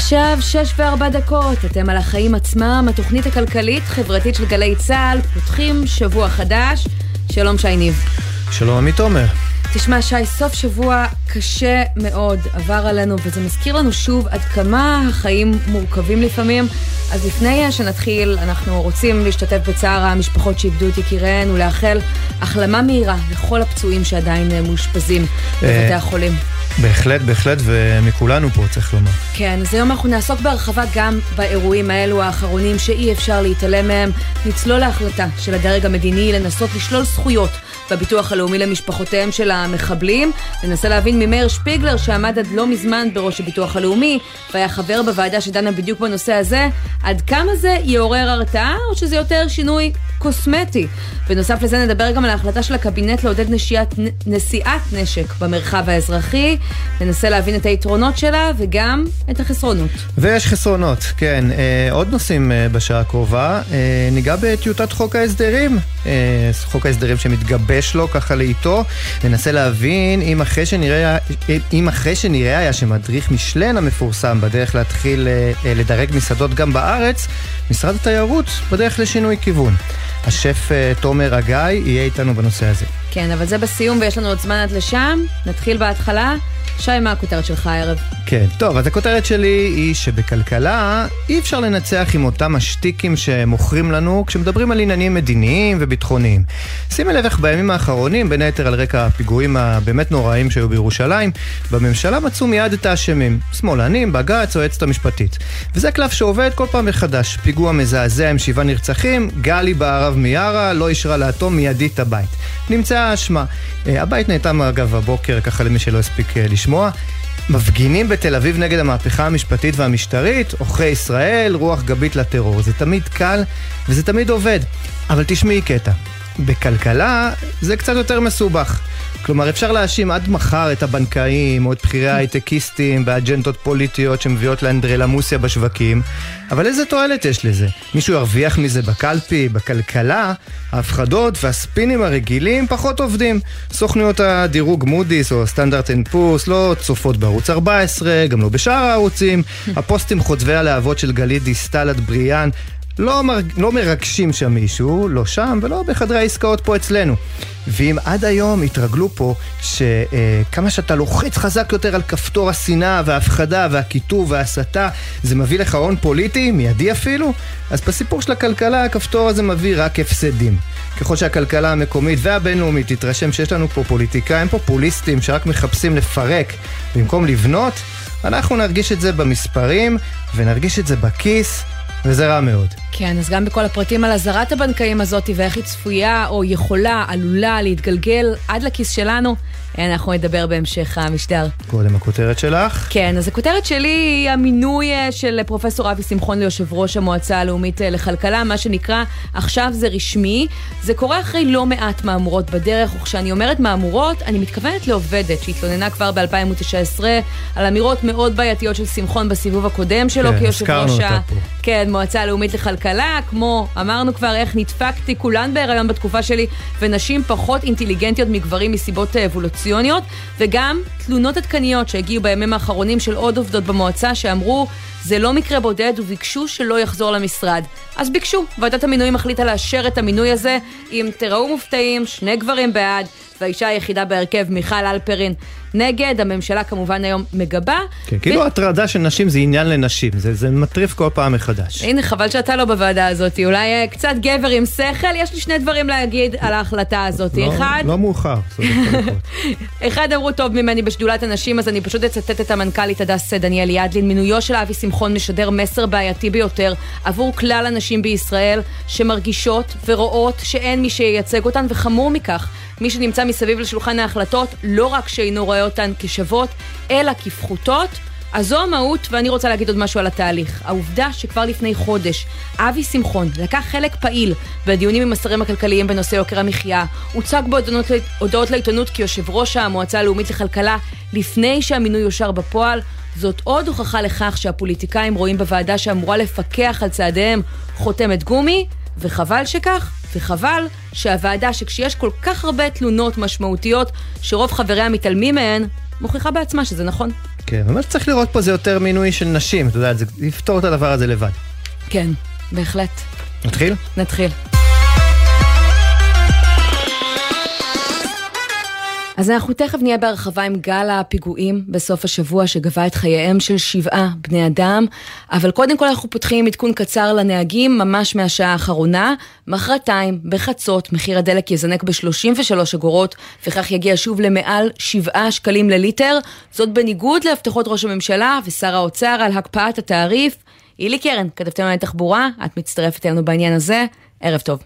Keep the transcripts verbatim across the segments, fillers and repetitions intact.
עכשיו שש וארבע דקות, אתם על החיים עצמם, התוכנית הכלכלית חברתית של גלי צהל, פותחים שבוע חדש. שלום שי ניב. שלום עמית עומר. תשמע שי, סוף שבוע קשה מאוד עבר עלינו, וזה מזכיר לנו שוב עד כמה החיים מורכבים לפעמים. אז לפני שנתחיל, אנחנו רוצים להשתתף בצער המשפחות שאיבדו את יקיריהן, ולאחל החלמה מהירה לכל הפצועים שעדיין מאושפזים בבתי החולים. בהחלט, בהחלט, ומכולנו פה צריך לומר. כן, אז היום אנחנו נעסוק בהרחבה גם באירועים האלו האחרונים שאי אפשר להתעלם מהם. נצלול להחלטה של הדרג המדיני לנסות לשלול זכויות בביטוח הלאומי למשפחותיהם של המחבלים. ננסה להבין ממאיר שפיגלר שעמד עד לא מזמן בראש הביטוח הלאומי והיה חבר בוועדה שדנה בדיוק בנושא הזה, עד כמה זה יעורר הרתעה או שזה יותר שינוי קוסמטי. בנוסף לזה נדבר גם על ההחלטה של הקבינט לעודד נשיאת, נשיאת נשק במרחב האזרחי. ננסה להבין את היתרונות שלה וגם את החסרונות. ויש חסרונות, כן. אה, עוד נושאים אה, בשעה הקרובה. אה, ניגע בטיוטת חוק ההסדרים. אה, חוק ההסדרים שמתגבש לו ככה לאיתו. ננסה להבין אם אחרי שנראה, אם אחרי שנראה היה שמדריך משלן המפורסם בדרך להתחיל אה, לדרג מסעדות גם בארץ, משרד התיירות בדרך לשינוי כיוון. השף תומר אגאי יהיה איתנו בנושא הזה. כן, אבל זה בסיום ויש לנו עוד זמן עד לשם. נתחיל בהתחלה. שי, מה הכותרת שלך הערב? כן, טוב, אז הכותרת שלי היא שבכלכלה אי אפשר לנצח עם אותם השטיקים שמוכרים לנו כשמדברים על עניינים מדיניים וביטחוניים. שימי לב איך בימים האחרונים, בין היתר על רקע הפיגועים הבאמת נוראים שהיו בירושלים, בממשלה מצאו מיד את האשמים, שמאלנים, בג"ץ או היועצת המשפטית. וזה קלף שעובד כל פעם מחדש. פיגוע מזעזע עם שבעה נרצחים, גלי בערב מיארה לא אישרה לאטום מיידית את הבית. נמצאה האשמה. הבית נהייתם אגב הבוקר, ככה למי שלא הספיק לשמוע. מפגינים בתל אביב נגד המהפכה המשפטית והמשטרית, עוכרי ישראל, רוח גבית לטרור. זה תמיד קל וזה תמיד עובד. אבל תשמעי קטע. בכלכלה זה קצת יותר מסובך. כלומר, אפשר להאשים עד מחר את הבנקאים או את בחירי ההייטקיסטים באג'נדות פוליטיות שמביאות לאנדרלמוסיה בשווקים, אבל איזה תועלת יש לזה? מישהו ירוויח מזה בקלפי? בכלכלה, ההפחדות והספינים הרגילים פחות עובדים. סוכנויות הדירוג מודיס או סטנדרט אנד פורס לא צופות בערוץ ארבע עשרה, גם לא בשאר הערוצים. הפוסטים חוצבי הלהבות של גלית דיסטל בריאן לא, מר... לא מרגשים שם מישהו, לא שם ולא בחדרי העסקאות פה אצלנו. ואם עד היום התרגלו פה שכמה שאתה לוחץ חזק יותר על כפתור השנאה וההפחדה והכיתוב וההסתה, זה מביא לך הון פוליטי, מיידי אפילו, אז בסיפור של הכלכלה הכפתור הזה מביא רק הפסדים. ככל שהכלכלה המקומית והבינלאומית תתרשם שיש לנו פה פוליטיקאים פופוליסטים שרק מחפשים לפרק במקום לבנות, אנחנו נרגיש את זה במספרים ונרגיש את זה בכיס, וזה רע מאוד. כן, אז גם בכל הפרטים על הזרת הבנקאים הזאת ואיך היא צפויה או יכולה, עלולה להתגלגל עד לכיס שלנו, אנחנו נדבר בהמשך המשדר. קודם הכותרת שלך? כן, אז הכותרת שלי היא המינוי של פרופסור אבי שמחון ליושב ראש המועצה הלאומית לכלכלה, מה שנקרא עכשיו זה רשמי. זה קורה אחרי לא מעט מאמורות בדרך, וכשאני אומרת מאמורות, אני מתכוונת לעובדת שהתלוננה כבר ב-אלפיים תשע עשרה על אמירות מאוד בעייתיות של שמחון בסיבוב הקודם שלו, כן, כיושב ראש ה... כן, מועצה הלאומית לכלכלה, כמו אמרנו כבר איך נדפקתי כולן בהיריון בתקופה שלי, ונשים פחות אינטליגנטיות מגברים מסיבות אבולוציוניות, וגם תלונות עדכניות שהגיעו בימים האחרונים של עוד עובדות במועצה שאמרו זה לא מקרה בודד וביקשו שלא יחזור למשרד. אז ביקשו, ועדת המינויים החליטה לאשר את המינוי הזה. אם תראו מופתעים, שני גברים בעד, והאישה היחידה בהרכב מיכל אלפרין נגד. הממשלה כמובן היום מגבה. כן, ו... כאילו הטרדה של נשים זה עניין לנשים, זה, זה מטריף כל פעם מחדש. הנה, חבל שאתה לא בוועדה הזאת, אולי קצת גבר עם שכל. יש לי שני דברים להגיד על ההחלטה הזאת. לא, אחד... לא מאוחר. אחד אמרו טוב ממני בשדולת הנשים, אז אני פשוט אצטט את המנכ"לית הדס דניאל ידלין. מינויו של אבי שמחון משדר מסר בעייתי ביותר עבור כלל הנשים בישראל שמרגישות ורואות שאין מי שייצג אותן, וחמור מכך, מי שנמצא מסביב לשולחן ההחלטות לא רק שאינו רואה אותן כשוות, אלא כפחותות. אז זו המהות, ואני רוצה להגיד עוד משהו על התהליך. העובדה שכבר לפני חודש אבי שמחון לקח חלק פעיל בדיונים עם השרים הכלכליים בנושא יוקר המחיה, הוצג בהודעות לעיתונות כיושב ראש המועצה הלאומית לכלכלה לפני שהמינוי יושר בפועל, זאת עוד הוכחה לכך שהפוליטיקאים רואים בוועדה שאמורה לפקח על צעדיהם חותמת גומי, וחבל שכך, וחבל שהוועדה שכשיש כל כך הרבה תלונות משמעותיות שרוב חבריה מתעלמים מהן, מוכיחה בעצמה שזה נכון. כן, ומה שצריך לראות פה זה יותר מינוי של נשים, אתה יודע, זה יפתור את הדבר הזה לבד. כן, בהחלט. נתחיל? נתחיל. אז אנחנו תכף נהיה בהרחבה עם גל הפיגועים בסוף השבוע שגבה את חייהם של שבעה בני אדם, אבל קודם כל אנחנו פותחים עם עדכון קצר לנהגים ממש מהשעה האחרונה. מחרתיים בחצות מחיר הדלק יזנק ב-שלושים ושלוש אגורות וכך יגיע שוב למעל שבעה שקלים לליטר, זאת בניגוד להבטחות ראש הממשלה ושר האוצר על הקפאת התעריף. אילי קרן, כתבתנו על תחבורה, את מצטרפת אלינו בעניין הזה, ערב טוב.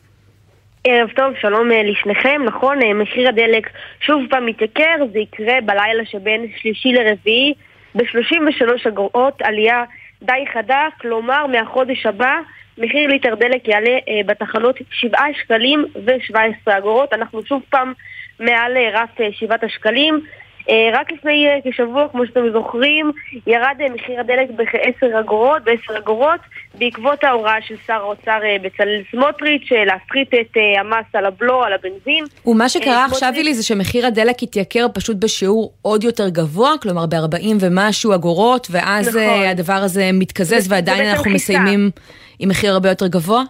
ערב טוב, שלום לשניכם. נכון, מחיר הדלק שוב פעם מתייקר, זה יקרה בלילה שבין שלישי לרביעי ב-שלושים ושלוש אגורות, עלייה די חדה, כלומר מהחודש הבא מחיר ליטר דלק יעלה בתחנות שבעה שקלים ושבע עשרה אגורות, אנחנו שוב פעם מעל רף שבעת השקלים. רק לפני כשבוע, כמו שאתם זוכרים, ירד מחיר הדלק בכ-עשר אגורות, בעשר אגורות, בעקבות ההוראה של שר האוצר בצלאל סמוטריץ' להפחית את המס על הבלו, על הבנזין. ומה שקרה עכשיו לי זה שמחיר הדלק התייקר פשוט בשיעור עוד יותר גבוה, כלומר ב-ארבעים ומשהו אגורות, ואז נכון. הדבר הזה מתקזז ועדיין אנחנו חיסה. מסיימים עם מחיר הרבה יותר גבוה?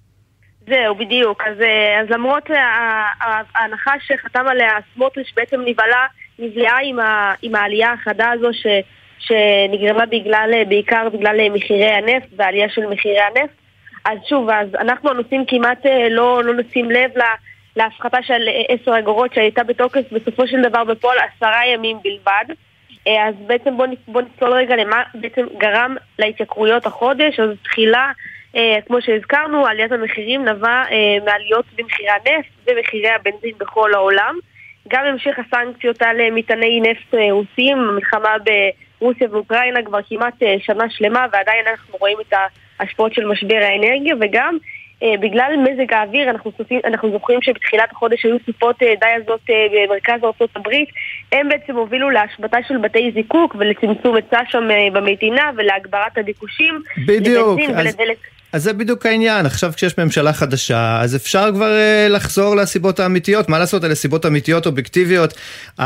זהו, בדיוק. אז, אז למרות ההנחה שחתם עליה סמוטריץ' בעצם נבעלה, נבלעה עם, ה, עם העלייה החדה הזו ש, שנגרמה בגלל, בעיקר בגלל מחירי הנפט והעלייה של מחירי הנפט. אז שוב, אז אנחנו הנושאים כמעט לא, לא נשים לב לה, להפחתה של עשר אגורות שהייתה בתוקף בסופו של דבר בפועל עשרה ימים בלבד. אז בעצם בוא, בוא נצלול רגע למה בעצם גרם להתייקרויות החודש. אז תחילה, כמו שהזכרנו, עליית המחירים נבע מעליות במחירי הנפט ומחירי הבנזין בכל העולם. גם המשך הסנקציות על מטעני נפט רוסיים, המלחמה ברוסיה ואוקראינה כבר כמעט שנה שלמה, ועדיין אנחנו רואים את ההשפעות של משבר האנרגיה, וגם בגלל מזג האוויר אנחנו, אנחנו זוכרים שבתחילת החודש היו סופות די הזאת במרכז ארצות הברית, הם בעצם הובילו להשבתה של בתי זיקוק ולצמצום היצע שם במדינה ולהגברת הביקושים. בדיוק, אז... אז זה בדיוק העניין. עכשיו כשיש ממשלה חדשה, אז אפשר כבר uh, לחזור לסיבות האמיתיות. מה לעשות? אלה סיבות אמיתיות, אובייקטיביות.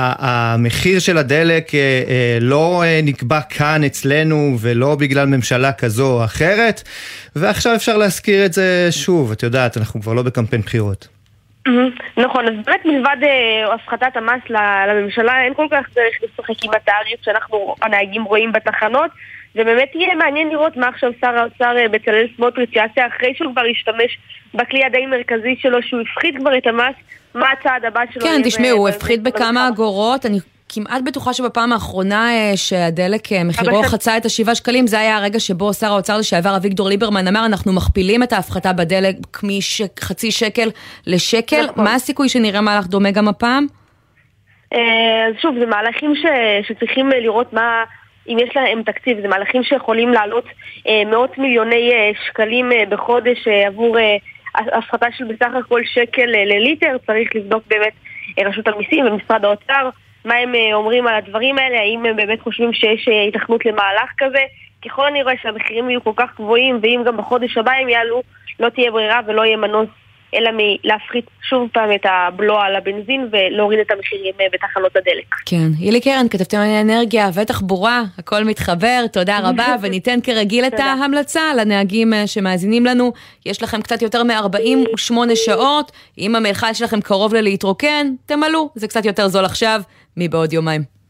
המחיר של הדלק uh, uh, לא uh, נקבע כאן אצלנו, ולא בגלל ממשלה כזו או אחרת. ועכשיו אפשר להזכיר את זה שוב. את יודעת, אנחנו כבר לא בקמפיין בחירות. נכון, אז באמת מלבד הפחתת המס לממשלה, אין כל כך דרך לשחק עם התעריף שאנחנו הנהגים רואים בתחנות, ובאמת יהיה מעניין לראות מה עכשיו שר האוצר בצלאל סמוטריץ' יעשה אחרי שהוא כבר ישתמש בכלי הדי מרכזי שלו, שהוא הפחית כבר את המס, מה הצעד הבא שלו. כן, תשמעו, הוא הפחית בכמה אגורות, אני כמעט בטוחה שבפעם האחרונה שהדלק מחירו חצה את השבעה שקלים, זה היה הרגע שבו שר האוצר לשעבר אביגדור ליברמן אמר, אנחנו מכפילים את ההפחתה בדלק מחצי שקל לשקל. מה הסיכוי שנראה מהלך דומה גם הפעם? אז שוב, זה מהלכים שצריכים לראות מה... אם יש להם תקציב, זה מהלכים שיכולים לעלות אה, מאות מיליוני אה, שקלים אה, בחודש אה, עבור אה, הפחתה של בסך הכל שקל אה, לליטר. צריך לבדוק באמת אה, רשות המיסים ומשרד האוצר, מה הם אה, אומרים על הדברים האלה, האם הם באמת חושבים שיש אה, התכנות למהלך כזה. ככל אני רואה שהמחירים יהיו כל כך גבוהים, ואם גם בחודש הבא הם יעלו, לא תהיה ברירה ולא יהיה מנוס אלא מלהפחית שוב פעם את הבלו על הבנזין ולהוריד את המחירים בתחנות הדלק. כן, אילי קרן, כתבתם על אנרגיה ותחבורה, הכל מתחבר, תודה רבה, וניתן כרגיל את ההמלצה לנהגים שמאזינים לנו. יש לכם קצת יותר מ-ארבעים ושמונה שעות, אם המכל שלכם קרוב ללהתרוקן, תמלאו, זה קצת יותר זול עכשיו, מבעוד יומיים.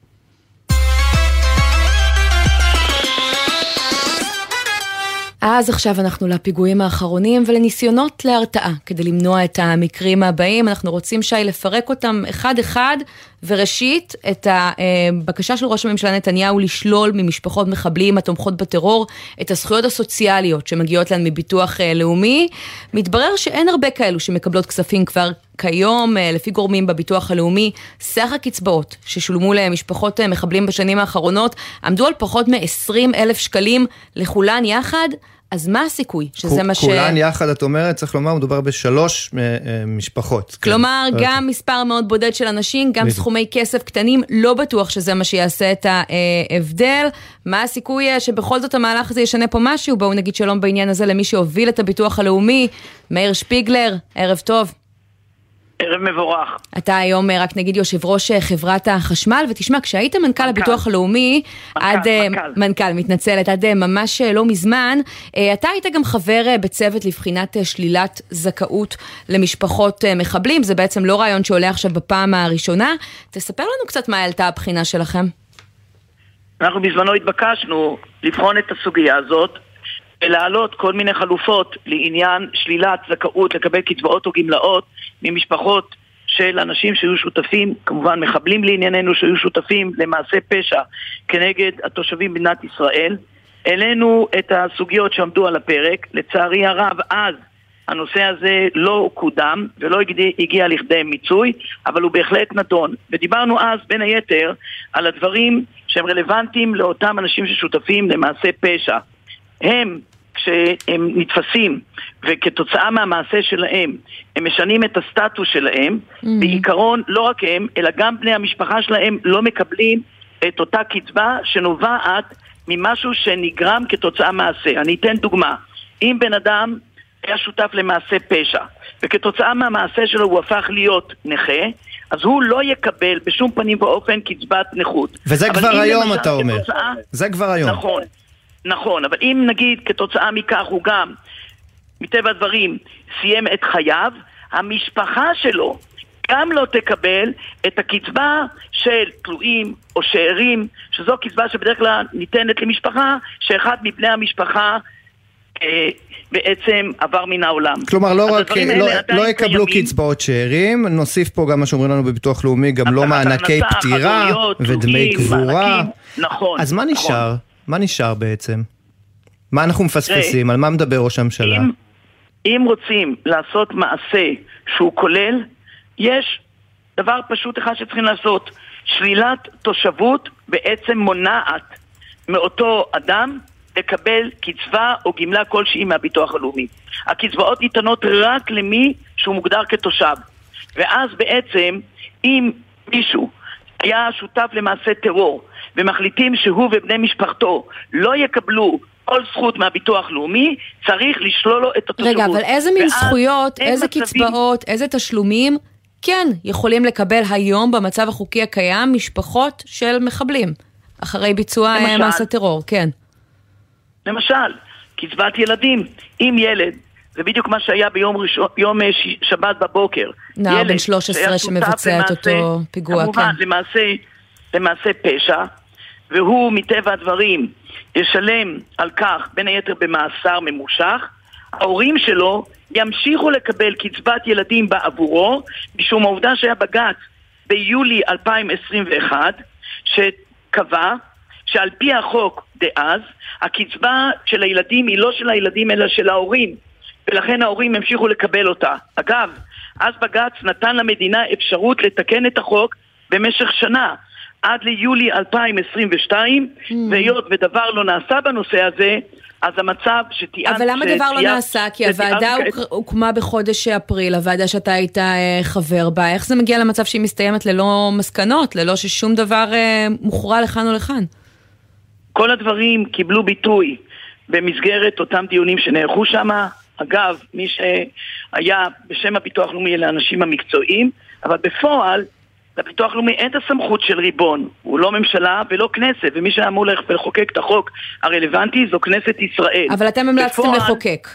אז עכשיו אנחנו לפיגועים האחרונים ולניסיונות להרתעה כדי למנוע את המקרים הבאים. אנחנו רוצים שי לפרק אותם אחד אחד, וראשית את הבקשה של ראש הממשלה נתניהו לשלול ממשפחות מחבלים התומכות בטרור את הזכויות הסוציאליות שמגיעות להן מביטוח לאומי. מתברר שאין הרבה כאלו שמקבלות כספים כבר כיום. לפי גורמים בביטוח הלאומי, סך הקצבאות ששולמו למשפחות מחבלים בשנים האחרונות עמדו על פחות מ-עשרים אלף שקלים לכולן יחד. אז מה הסיכוי שזה מה ש... כולן יחד, את אומרת, צריך לומר, מדובר בשלוש משפחות. כלומר, גם מספר מאוד בודד של אנשים, גם סכומי כסף קטנים, לא בטוח שזה מה שיעשה את ההבדל. מה הסיכוי שבכל זאת המהלך הזה ישנה פה משהו? בואו נגיד שלום בעניין הזה למי שהוביל את הביטוח הלאומי, מאיר שפיגלר, ערב טוב. ערב מבורך. אתה היום רק נגיד יושב ראש חברת החשמל, ותשמע, כשהיית מנכ"ל הביטוח הלאומי, עד מנכ"ל, מתנצלת, עד ממש לא מזמן, אתה היית גם חבר בצוות לבחינת שלילת זכאות למשפחות מחבלים, זה בעצם לא רעיון שעולה עכשיו בפעם הראשונה. תספר לנו קצת מה העלתה הבחינה שלכם. אנחנו בזמנו התבקשנו לבחון את הסוגיה הזאת, ולהעלות כל מיני חלופות לעניין שלילת זכאות לקבל קצבאות או גמלאות ממשפחות של אנשים שהיו שותפים, כמובן מחבלים לענייננו, שהיו שותפים למעשה פשע כנגד התושבים במדינת ישראל. העלינו את הסוגיות שעמדו על הפרק. לצערי הרב, אז הנושא הזה לא קודם ולא הגיע לכדי מיצוי, אבל הוא בהחלט נדון. ודיברנו אז בין היתר על הדברים שהם רלוונטיים לאותם אנשים ששותפים למעשה פשע. הם, כשהם נתפסים וכתוצאה מהמעשה שלהם הם משנים את הסטטוס שלהם, mm-hmm. בעיקרון לא רק הם, אלא גם בני המשפחה שלהם לא מקבלים את אותה קצבה שנובעת ממשהו שנגרם כתוצאה מעשה. אני אתן דוגמה. אם בן אדם היה שותף למעשה פשע וכתוצאה מהמעשה שלו הוא הפך להיות נכה, אז הוא לא יקבל בשום פנים ואופן קצבת נכות. וזה כבר היום אתה אומר. כתוצאה... זה כבר היום. נכון. נכון, אבל אם נגיד כתוצאה מכך הוא גם, מטבע הדברים, סיים את חייו, המשפחה שלו גם לא תקבל את הקצבה של תלויים או שאירים, שזו קצבה שבדרך כלל ניתנת למשפחה, שאחד מבני המשפחה אה, בעצם עבר מן העולם. כלומר, לא, רק, לא, לא יקבלו קצבאות שאירים, נוסיף פה גם מה שאומרים לנו בביטוח לאומי, גם לא מענקי פטירה ודמי קבורה. נכון. אז מה נשאר? מה נשאר בעצם? מה אנחנו מפספסים? על מה מדבר ראש הממשלה? אם, אם רוצים לעשות מעשה שהוא כולל, יש דבר פשוט אחד שצריכים לעשות. שלילת תושבות בעצם מונעת מאותו אדם לקבל קצבה או גמלה כלשהי מהביטוח הלאומי. הקצבאות ניתנות רק למי שהוא מוגדר כתושב. ואז בעצם, אם מישהו היה שותף למעשה טרור, ומחליטים שהוא ובני משפחתו לא יקבלו כל זכות מהביטוח לאומי, צריך לשלול לו את התושבות. רגע, אבל איזה מין זכויות, איזה מצבים... קצבאות, איזה תשלומים, כן, יכולים לקבל היום במצב החוקי הקיים משפחות של מחבלים, אחרי ביצוע למשל, מעשה טרור, כן. למשל, קצבת ילדים, אם ילד, זה בדיוק מה שהיה ביום ראשון, יום שבת בבוקר. נער בן שלוש עשרה שמבצע את אותו פיגוע, כמובן, כן. למעשה, למעשה פשע, והוא מטבע הדברים ישלם על כך בין היתר במאסר ממושך, ההורים שלו ימשיכו לקבל קצבת ילדים בעבורו, משום העובדה שהיה בג"ץ ביולי אלפיים עשרים ואחת שקבע שעל פי החוק דאז הקצבה של הילדים היא לא של הילדים אלא של ההורים, ולכן ההורים ימשיכו לקבל אותה. אגב, אז בג"ץ נתן למדינה אפשרות לתקן את החוק במשך שנה עד ליולי אלפיים עשרים ושתיים, mm. והיות ודבר לא נעשה בנושא הזה, אז המצב שתיארת... אבל למה דבר לא נעשה? כי הוועדה הוקמה בחודש אפריל, הוועדה שאתה היית חבר בה. איך זה מגיע למצב שהיא מסתיימת ללא מסקנות, ללא ששום דבר מוכרע לכאן או לכאן? כל הדברים קיבלו ביטוי במסגרת אותם דיונים שנערכו שם. אגב, מי שהיה בשם הביטוח לאומי אלה האנשים המקצועיים, אבל בפועל לביטוח לאומי אין את הסמכות של ריבון, הוא לא ממשלה ולא כנסת, ומי שאמור לחוקק את החוק הרלוונטי זו כנסת ישראל. אבל אתם המלצתם בפועל, לחוקק.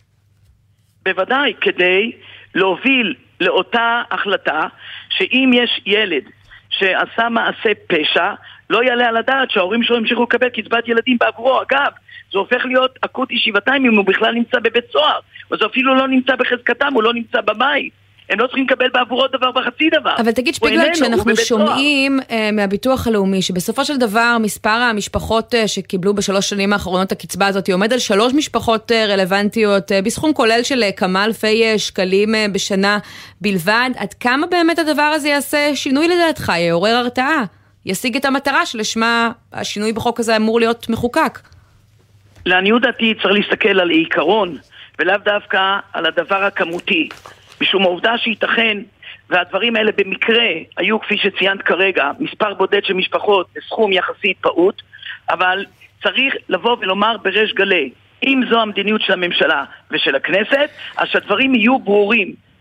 בוודאי, כדי להוביל לאותה החלטה שאם יש ילד שעשה מעשה פשע, לא יעלה על הדעת שההורים שלו ימשיכו לקבל קצבת ילדים בעבורו. אגב, זה הופך להיות אקוטי שבעתיים אם הוא בכלל נמצא בבית סוהר, וזה אפילו לא נמצא בחזקתם, הוא לא נמצא בבית. הם לא צריכים לקבל בעבורו דבר וחצי דבר. אבל תגיד שפיגלר, כשאנחנו שומעים uh, מהביטוח הלאומי, שבסופו של דבר מספר המשפחות uh, שקיבלו בשלוש שנים האחרונות הקצבה הזאת, עומד על שלוש משפחות uh, רלוונטיות, uh, בסכום כולל של uh, כמה אלפי uh, שקלים uh, בשנה בלבד, עד כמה באמת הדבר הזה יעשה שינוי לדעתך, יעורר הרתעה, ישיג את המטרה שלשמה השינוי בחוק הזה אמור להיות מחוקק? לעניות דעתי צריך להסתכל על העיקרון, ולאו דווקא על הדבר הכמותי. משום העובדה שייתכן, והדברים האלה במקרה היו כפי שציינת כרגע, מספר בודד של משפחות בסכום יחסית פעוט, אבל צריך לבוא ולומר בריש גלי, אם זו המדיניות של הממשלה ושל הכנסת, אז שהדברים יהיו ברורים.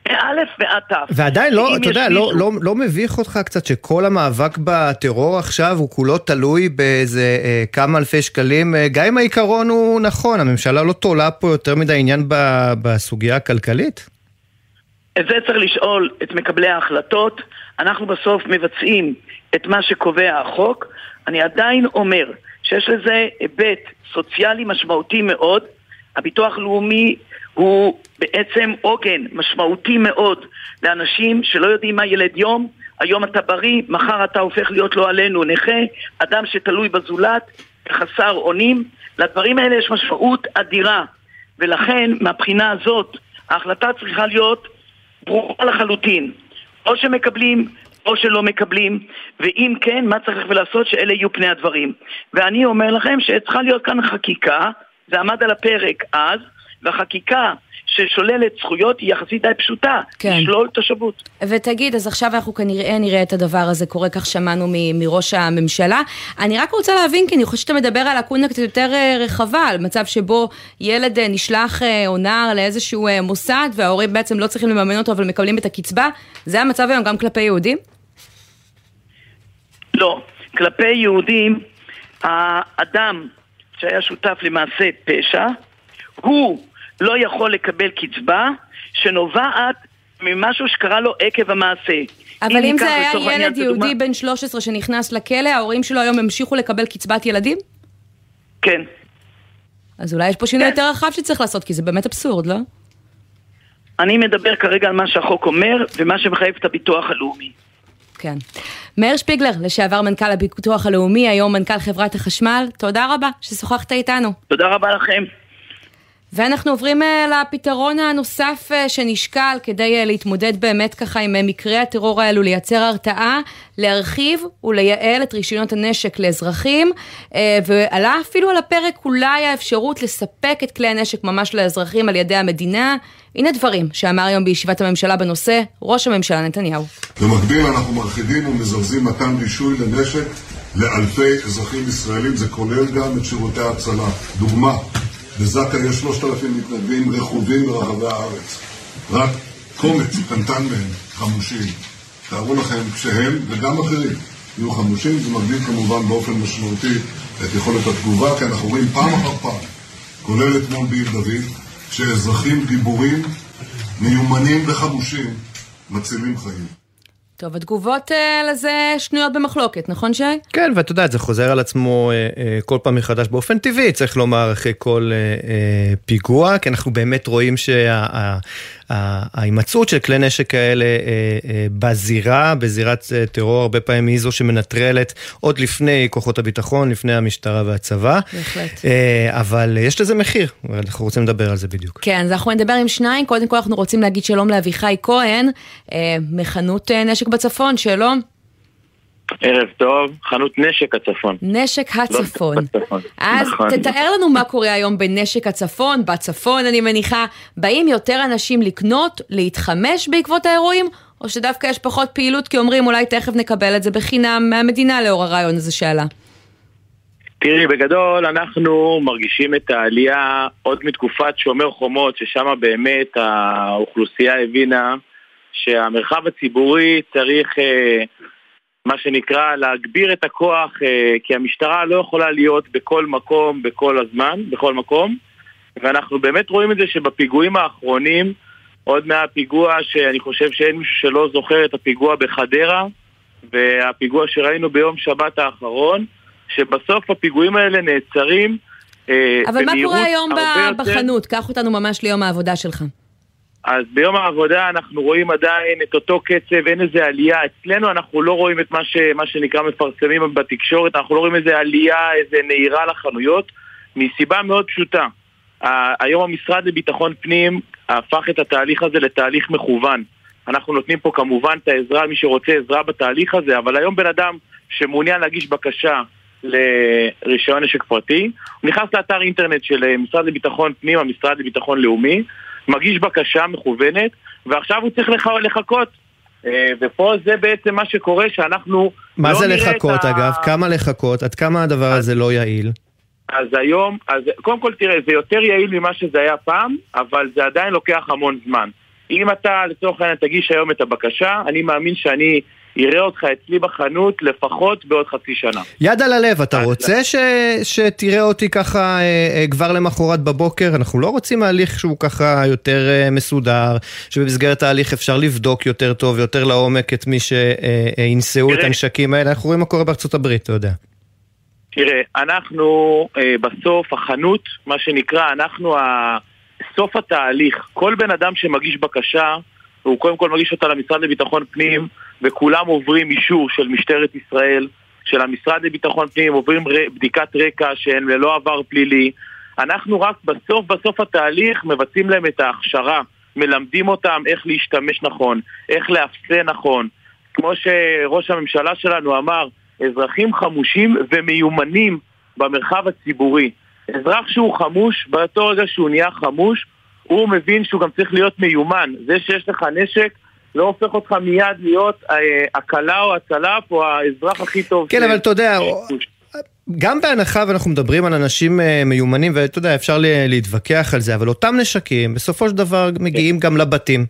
א' ועד ת'. ועדיין לא, אתה יודע, לא, לא, לא מביך אותך קצת שכל המאבק בטרור עכשיו הוא כולו תלוי באיזה אה, כמה אלפי שקלים, אה, גם אם העיקרון הוא נכון, הממשלה לא תולה פה יותר מדי עניין ב, בסוגיה הכלכלית? את זה צריך לשאול את מקבלי ההחלטות, אנחנו בסוף מבצעים את מה שקובע החוק, אני עדיין אומר שיש לזה היבט סוציאלי משמעותי מאוד, הביטוח לאומי הוא בעצם עוגן משמעותי מאוד לאנשים שלא יודעים מה ילד יום, היום אתה בריא, מחר אתה הופך להיות לא עלינו נכה, אדם שתלוי בזולת, חסר אונים, לדברים האלה יש משמעות אדירה, ולכן מהבחינה הזאת ההחלטה צריכה להיות ברורה לחלוטין, או שמקבלים או שלא מקבלים, ואם כן, מה צריך לעשות שאלה יהיו פני הדברים. ואני אומר לכם שצריכה להיות כאן חקיקה, זה עמד על הפרק אז, והחקיקה ששוללת זכויות היא יחסית די פשוטה, כן. לשלול תושבות. ותגיד, אז עכשיו אנחנו כנראה נראה את הדבר הזה קורה, כך שמענו מ- מראש הממשלה. אני רק רוצה להבין, כי אני חושבת שאתה מדבר על לקונה קצת יותר רחבה, על מצב שבו ילד נשלח או נער לאיזשהו מוסד, וההורים בעצם לא צריכים לממן אותו, אבל מקבלים את הקצבה. זה המצב היום גם כלפי יהודים? לא. כלפי יהודים, האדם שהיה שותף למעשה פשע, הוא לא יכול לקבל קצבה שנובעת ממשהו שקרה לו עקב המעשה. אבל אם, אם זה היה ילד יהודי דוגמה... בן שלוש עשרה שנכנס לכלא, ההורים שלו היום המשיכו לקבל קצבת ילדים? כן. אז אולי יש פה שינוי כן. יותר רחב שצריך לעשות, כי זה באמת אבסורד, לא? אני מדבר כרגע על מה שהחוק אומר, ומה שמחייב את הביטוח הלאומי. כן. מאיר שפיגלר, לשעבר מנכ"ל הביטוח הלאומי, היום מנכ"ל חברת החשמל, תודה רבה ששוחחת איתנו. תודה רבה לכם. ואנחנו עוברים לפתרון הנוסף שנשקל כדי להתמודד באמת ככה עם מקרי הטרור האלו, לייצר הרתעה, להרחיב ולייעל את רישיונות הנשק לאזרחים, ועלה אפילו על הפרק אולי האפשרות לספק את כלי הנשק ממש לאזרחים על ידי המדינה. הנה דברים שאמר היום בישיבת הממשלה בנושא ראש הממשלה נתניהו. במקביל אנחנו מרחיבים ומזרזים מתן רישוי לנשק לאלפי אזרחים ישראלים, זה כולל גם את שירותי ההצלה. דוגמה, בזקה יש שלושת אלפים מתנדבים רכובים ברחבי הארץ. רק קומץ קטנטן מהם חמושים. תארו לכם, כשהם וגם אחרים יהיו חמושים, זה מגדיל כמובן באופן משמעותי את יכולת התגובה, כי אנחנו רואים פעם אחר פעם, כולל אתמול בעיר דוד, שאזרחים גיבורים, מיומנים וחמושים, מצילים חיים. טוב, התגובות לזה שנויות במחלוקת, נכון שי? כן, ואתה יודע, זה חוזר על עצמו כל פעם מחדש באופן טבעי, צריך לומר אחרי כל פיגוע, כי אנחנו באמת רואים שההימצאות של כלי נשק כאלה בזירה, בזירת טרור, הרבה פעמים היא זו שמנטרלת עוד לפני כוחות הביטחון, לפני המשטרה והצבא. בהחלט. אבל יש לזה מחיר, אנחנו רוצים לדבר על זה בדיוק. כן, אז אנחנו נדבר עם שניים, קודם כל אנחנו רוצים להגיד שלום לאביחי כהן, מחנות נשק בצפון, שלום. ערב טוב, חנות נשק הצפון. נשק הצפון. לא בצפון. אז נכון. תתאר לנו מה קורה היום בנשק הצפון, בצפון אני מניחה, באים יותר אנשים לקנות, להתחמש בעקבות האירועים, או שדווקא יש פחות פעילות, כי אומרים אולי תכף נקבל את זה בחינם מהמדינה לאור הרעיון הזה שעלה. תראי, בגדול אנחנו מרגישים את העלייה עוד מתקופת שומר חומות, ששם באמת האוכלוסייה הבינה שהמרחב הציבורי צריך, אה, מה שנקרא, להגביר את הכוח, אה, כי המשטרה לא יכולה להיות בכל מקום, בכל הזמן, בכל מקום, ואנחנו באמת רואים את זה שבפיגועים האחרונים, עוד מהפיגוע שאני חושב שאין מישהו שלא זוכר את הפיגוע בחדרה, והפיגוע שראינו ביום שבת האחרון, שבסוף הפיגועים האלה נעצרים, אה, אבל מה קורה היום בחנות? יותר... קח אותנו ממש ליום העבודה שלך. אז ביום העבודה אנחנו רואים עדיין את אותו קצב, אין איזה עלייה. אצלנו אנחנו לא רואים את מה, ש, מה שנקרא מפרסמים בתקשורת, אנחנו לא רואים איזה עלייה, איזה נהירה לחנויות, מסיבה מאוד פשוטה. היום המשרד לביטחון פנים הפך את התהליך הזה לתהליך מכוון. אנחנו נותנים פה כמובן את העזרה, מי שרוצה עזרה בתהליך הזה, אבל היום בן אדם שמעוניין להגיש בקשה לרישיון נשק פרטי, הוא נכנס לאתר אינטרנט של משרד לביטחון פנים, המשרד לביטחון לאומי, מגיש בקשה מכוונת, ועכשיו הוא צריך לח... לחכות. ופה זה בעצם מה שקורה, שאנחנו מה לא זה נראה לחכות, ה... אגב? כמה לחכות? עד כמה הדבר אז... הזה לא יעיל? אז היום, אז קודם כל תראה, זה יותר יעיל ממה שזה היה פעם, אבל זה עדיין לוקח המון זמן. אם אתה לצורך העניין תגיש היום את הבקשה, אני מאמין שאני יראה אותך אצלי בחנות לפחות בעוד חצי שנה. יד על הלב, אתה רוצה ש... שתראה אותי ככה כבר למחרת בבוקר? אנחנו לא רוצים ההליך שהוא ככה יותר מסודר, שבמסגרת ההליך אפשר לבדוק יותר טוב, יותר לעומק את מי שינסעו את הנשקים האלה. אנחנו רואים מה קורה בארצות הברית, אתה יודע. תראה, אנחנו בסוף החנות, מה שנקרא, אנחנו סוף התהליך. כל בן אדם שמגיש בקשה, הוא קודם כל מגיש אותה למשרד לביטחון פנים, וכולם עוברים אישור של משטרת ישראל, של המשרד לביטחון פנים, עוברים בדיקת רקע שהן ללא עבר פלילי. אנחנו רק בסוף בסוף התהליך מבצעים להם את ההכשרה, מלמדים אותם איך להשתמש נכון, איך להפסה נכון. כמו שראש הממשלה שלנו אמר, אזרחים חמושים ומיומנים במרחב הציבורי. אזרח שהוא חמוש, באותו רגע שהוא נהיה חמוש, הוא מבין שהוא גם צריך להיות מיומן. זה שיש לך נשק לא הופך אותך מיד להיות הקלה או הצלף או האזרח הכי טוב. כן, אבל אתה יודע, גם בהנחה ואנחנו מדברים על אנשים מיומנים, ואתה יודע, אפשר להתווכח על זה, אבל אותם נשקים בסופו של דבר מגיעים גם לבתים.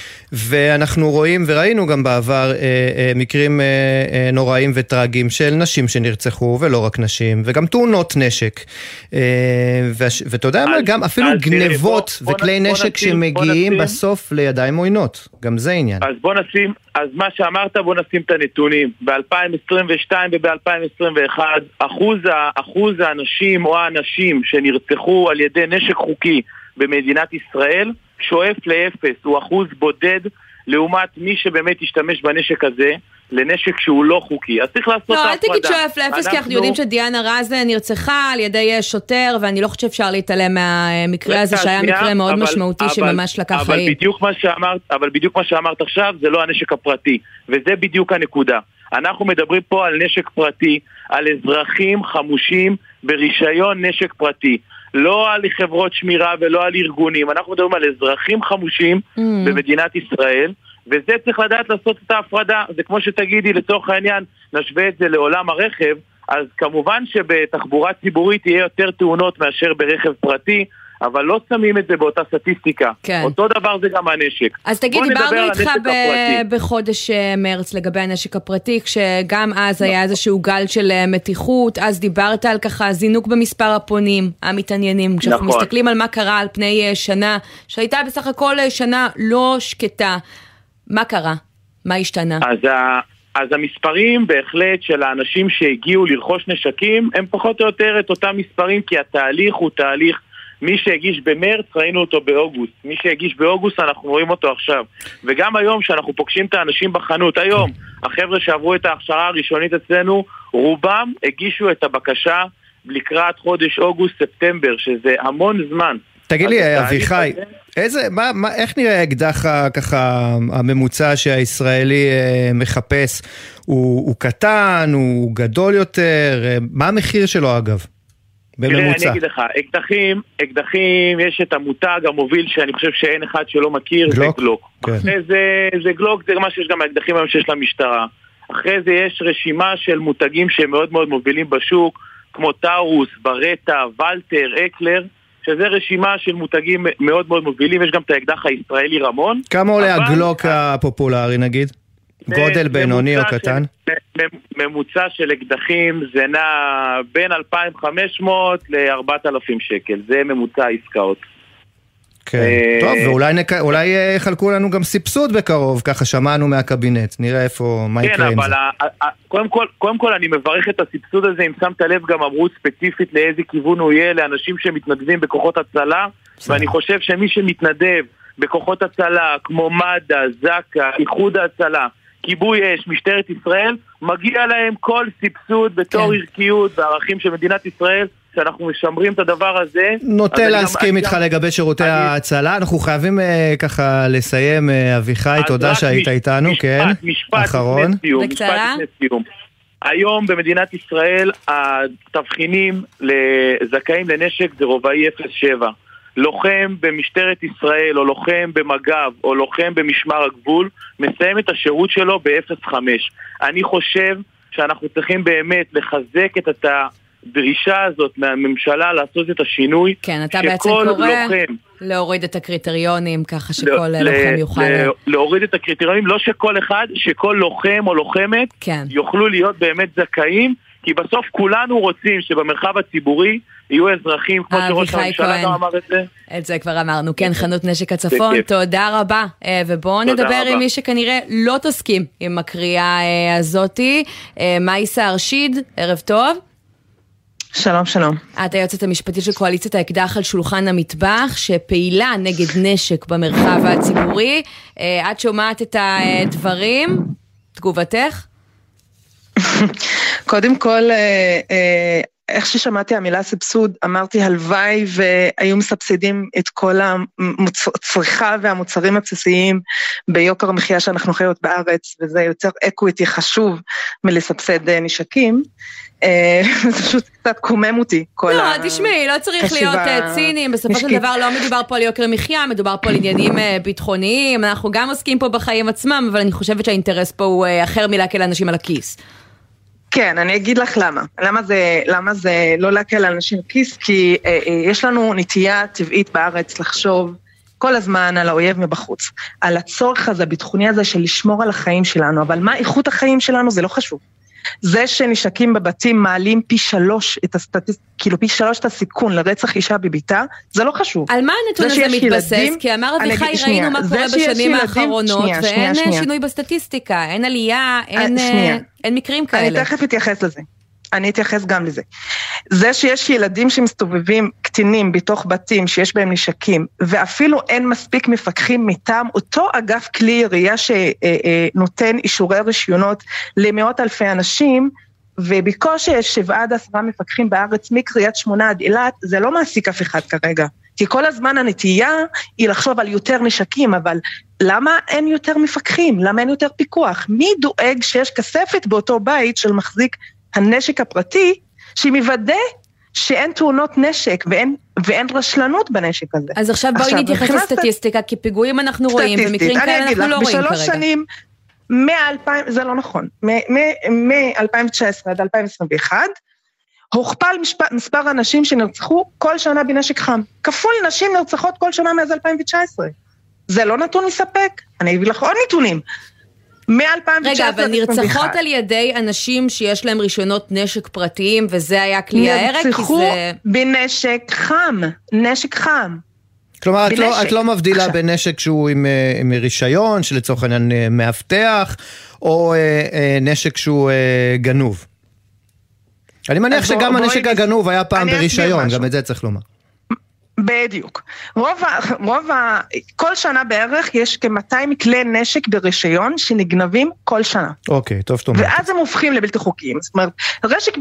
ואנחנו רואים וראינו גם בעבר אה, אה, מקרים אה, אה, נוראים וטרגיים של נשים שנרצחו, ולא רק נשים, וגם תאונות נשק. אה, וש, ואתה יודע מה, גם אפילו גנבות בוא, וכלי בוא, נשק בוא שמגיעים בוא בסוף לידיים עוינות. גם זה עניין. אז בוא נשים, אז מה שאמרת, בוא נשים את הנתונים. ב-אלפיים עשרים ושתיים וב-אלפיים עשרים ואחת, אחוז, אחוז האנשים או האנשים שנרצחו על ידי נשק חוקי במדינת ישראל, שואף לאפס, הוא אחוז בודד לעומת מי שבאמת ישתמש בנשק הזה לנשק שהוא לא חוקי. אז צריך לעשות את ההפרדה. לא, אל תגיד שואף לאפס, כי אנחנו יודעים שדיאנה רז נרצחה על ידי שוטר, ואני לא חושב שאפשר להתעלם מהמקרה הזה, שהיה מקרה מאוד משמעותי שממש לקח חיים. אבל בדיוק מה שאמרת עכשיו, זה לא הנשק הפרטי, וזה בדיוק הנקודה. אנחנו מדברים פה על נשק פרטי, על אזרחים חמושים ברישיון נשק פרטי. לא על חברות שמירה ולא על ארגונים. אנחנו מדברים על אזרחים חמושים mm. במדינת ישראל, וזה צריך לדעת לעשות את ההפרדה. זה כמו שתגידי, לצורך העניין, נשווה את זה לעולם הרכב, אז כמובן שבתחבורה ציבורית תהיה יותר תאונות מאשר ברכב פרטי, אבל לא שמים את זה באותה סטטיסטיקה. כן. אותו דבר זה גם הנשק. אז תגיד, דיברנו איתך ב- בחודש מרץ לגבי הנשק הפרטי, כשגם אז היה איזשהו גל של מתיחות, אז דיברת על ככה זינוק במספר הפונים, המתעניינים, כשאנחנו נכון. מסתכלים על מה קרה על פני שנה, שהייתה בסך הכל שנה לא שקטה. מה קרה? מה השתנה? אז ה... אז המספרים בהחלט של האנשים שהגיעו לרכוש נשקים, הם פחות או יותר את אותם מספרים, כי התהליך הוא תהליך, מי שהגיש במרץ ראינו אותו באוגוסט, מי שהגיש באוגוסט אנחנו רואים אותו עכשיו. וגם היום שאנחנו פוגשים את האנשים בחנות, היום החבר'ה שעברו את ההכשרה הראשונית אצלנו, רובם הגישו את הבקשה לקראת חודש אוגוסט-ספטמבר, שזה המון זמן. תגיד לי, אביחי, איזה, מה, מה, איך נראה האקדח ככה הממוצע שהישראלי מחפש? הוא, הוא קטן, הוא גדול יותר? מה המחיר שלו אגב? בממוצע. תראה, אני אגיד לך, אקדחים, אקדחים, יש את המותג המוביל שאני חושב שאין אחד שלא מכיר, גלוק? זה גלוק. כן. אחרי זה, זה גלוק, זה מה שיש גם האקדחים היום שיש למשטרה. אחרי זה יש רשימה של מותגים שהם מאוד מאוד מובילים בשוק, כמו טאורוס, ברטה, ולטר, אקלר, שזה רשימה של מותגים מאוד מאוד מובילים. יש גם את האקדח הישראלי רמון. כמה עולה הגלוק הפופולרי נגיד? גודל בינוני או קטן? ממוצע של אקדחים זה נע בין אלפיים וחמש מאות ל-ארבעת אלפים שקל. זה ממוצע העסקאות. כן, טוב, ואולי יחלקו לנו גם סבסוד בקרוב, ככה שמענו מהקבינט, נראה איפה, מה יקרה עם זה. כן, אבל קודם כל אני מברך את הסבסוד הזה, אם שמת לב גם אמרו ספציפית לאיזה כיוון הוא יהיה, לאנשים שמתנדבים בכוחות הצלה, ואני חושב שמי שמתנדב בכוחות הצלה, כמו מד"א, זק"א, איחוד ההצלה, כיבוי אש, משטרת ישראל, מגיע להם כל סבסוד בתור ערכיות וערכים של מדינת ישראל, שאנחנו משמרים את הדבר הזה. נוטה להסכים איתך לגבי שירותי ההצלה. אנחנו חייבים ככה לסיים, אביחי, תודה שהיית איתנו, כן? משפט אחרון. בקצרה. היום במדינת ישראל התבחינים לזכאים לנשק זה רובעי אפס שבע. לוחם במשטרת ישראל או לוחם במג"ב או לוחם במשמר הגבול מסיים את השירות שלו ב-אפס חמש. אני חושב שאנחנו צריכים באמת לחזק את, הת... הדרישה הזאת מהממשלה לעשות את השינוי, כן, אתה בעצם קורא לוחם, להוריד את הקריטריונים, ככה שכל ל- לוחם יוכל... ל- להוריד את הקריטריונים, לא שכל אחד, שכל לוחם או לוחמת, כן. יוכלו להיות באמת זכאים, כי בסוף כולנו רוצים שבמרחב הציבורי יהיו אזרחים, כמו שראש הממשלה גם אמר את זה. את זה כבר אמרנו, כן, חנות נשק הצפון, תודה רבה. ובואו נדבר עם מי שכנראה לא תסכים עם הקריאה הזאתי. מייסה ארשיד, ערב טוב. שלום, שלום. את היועצת המשפטית של קואליציית האקדח על שולחן המטבח, שפעילה נגד נשק במרחב הציבורי. את שומעת את הדברים? תגובתך? קודם כל, איך ששמעתי המילה סבסוד, אמרתי הלוואי והיו מסבסדים את כל הצריכה והמוצרים הבסיסיים ביוקר המחיה שאנחנו חיות בארץ, וזה יותר אקוויטי חשוב מלסבסד נשקים. זה פשוט קצת קומם אותי. לא, תשמעי, לא צריך להיות ציניים, בסופו של דבר לא מדובר פה על יוקר מחיה, מדובר פה על עניינים ביטחוניים, אנחנו גם עוסקים פה בחיים עצמם, אבל אני חושבת שהאינטרס פה הוא אחר מלהקל אנשים על הכיס. כן, אני אגיד לך למה. למה זה, למה זה לא להקל על אנשים כיס? כי אה, אה, יש לנו נטייה טבעית בארץ לחשוב כל הזמן על האויב מבחוץ, על הצורך הזה, הביטחוני הזה של לשמור על החיים שלנו, אבל מה איכות החיים שלנו זה לא חשוב. זה שנשקים בבתים מעלים פי שלוש את הסטטיסט, כאילו פי שלוש את הסיכון לרצח אישה בביתה, זה לא חשוב. על מה הנתון הזה מתבסס? ילדים, כי אמר אביחי ראינו מה קורה בשנים האחרונות, שנייה, ואין שנייה, שינוי שנייה. בסטטיסטיקה, אין עלייה, אין, אין מקרים כאלה. אני תכף אתייחס לזה. אני אתייחס גם לזה. זה שיש ילדים שמסתובבים קטינים בתוך בתים שיש בהם נשקים, ואפילו אין מספיק מפקחים מטעם אותו אגף כלי ירייה שנותן אישורי רישיונות למאות אלפי אנשים, ובקושי יש שבעה עד עשרה מפקחים בארץ מקריית שמונה עד אילת, זה לא מעסיק אף אחד כרגע. כי כל הזמן הנטייה היא לחשוב על יותר נשקים, אבל למה אין יותר מפקחים? למה אין יותר פיקוח? מי דואג שיש כספת באותו בית של מחזיק הנשק הפרטי, שמוודא שאין תאונות נשק ואין, ואין רשלנות בנשק הזה. אז עכשיו בואי נתייחס לסטטיסטיקה, כי פיגועים אנחנו רואים, ומקרים כאלה אנחנו לא רואים כרגע. בשלוש שנים, מ-אלפיים, זה לא נכון, מ-אלפיים תשע עשרה עד אלפיים עשרים ואחת, הוכפל מספר אנשים שנרצחו כל שנה בנשק חם. כפול נשים נרצחות כל שנה מאז אלפיים תשע עשרה. זה לא נתון מספק. אני אביא לך עוד נתונים. רגע, אבל נרצחות על ידי אנשים שיש להם רישיונות נשק פרטיים, וזה היה כלי ההרג? נרצחו בנשק חם, נשק חם. כלומר, את לא, את לא מבדילה בין נשק שהוא עם, עם רישיון, שלצורך העניין מאבטח, או נשק שהוא גנוב. אני מניח שגם הנשק הגנוב היה פעם ברישיון, גם את זה צריך לומר. בדיוק. רוב ה, רוב ה, כל שנה בערך יש כ-מאתיים כלי נשק ברישיון שנגנבים כל שנה. אוקיי, טוב שתומר. ואז הם הופכים לבלתי חוקיים. זאת אומרת, רשק,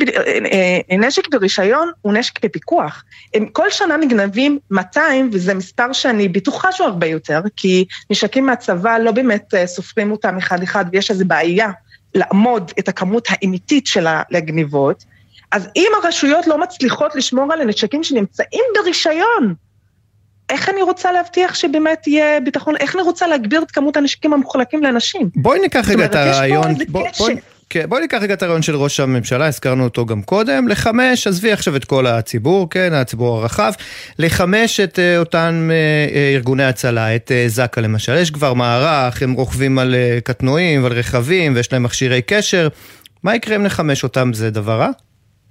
נשק ברישיון הוא נשק בפיקוח. הם כל שנה נגנבים מאתיים, וזה מספר שאני בטוחה שהוא הרבה יותר, כי נשקים מהצבא לא באמת סופרים אותם אחד אחד, ויש איזו בעיה לעמוד את הכמות האמיתית של הגניבות. אז אם הרשויות לא מצליחות לשמור על הנשקים שנמצאים ברישיון, איך אני רוצה להבטיח שבאמת יהיה ביטחון, איך אני רוצה להגביר את כמות הנשקים המוחלקים לאנשים? בואי ניקח רגע את הרעיון, בואי ניקח רגע את הרעיון של ראש הממשלה, הזכרנו אותו גם קודם, לחמש, עזבי עכשיו את כל הציבור, כן, הציבור הרחב, לחמש את אותן ארגוני הצלה, את זק"א למשל, יש כבר מערך, הם רוכבים על קטנועים ועל רכבים, ויש להם מכשירי קשר, מה יקרה אם לחמש אותם, זה דבר רע?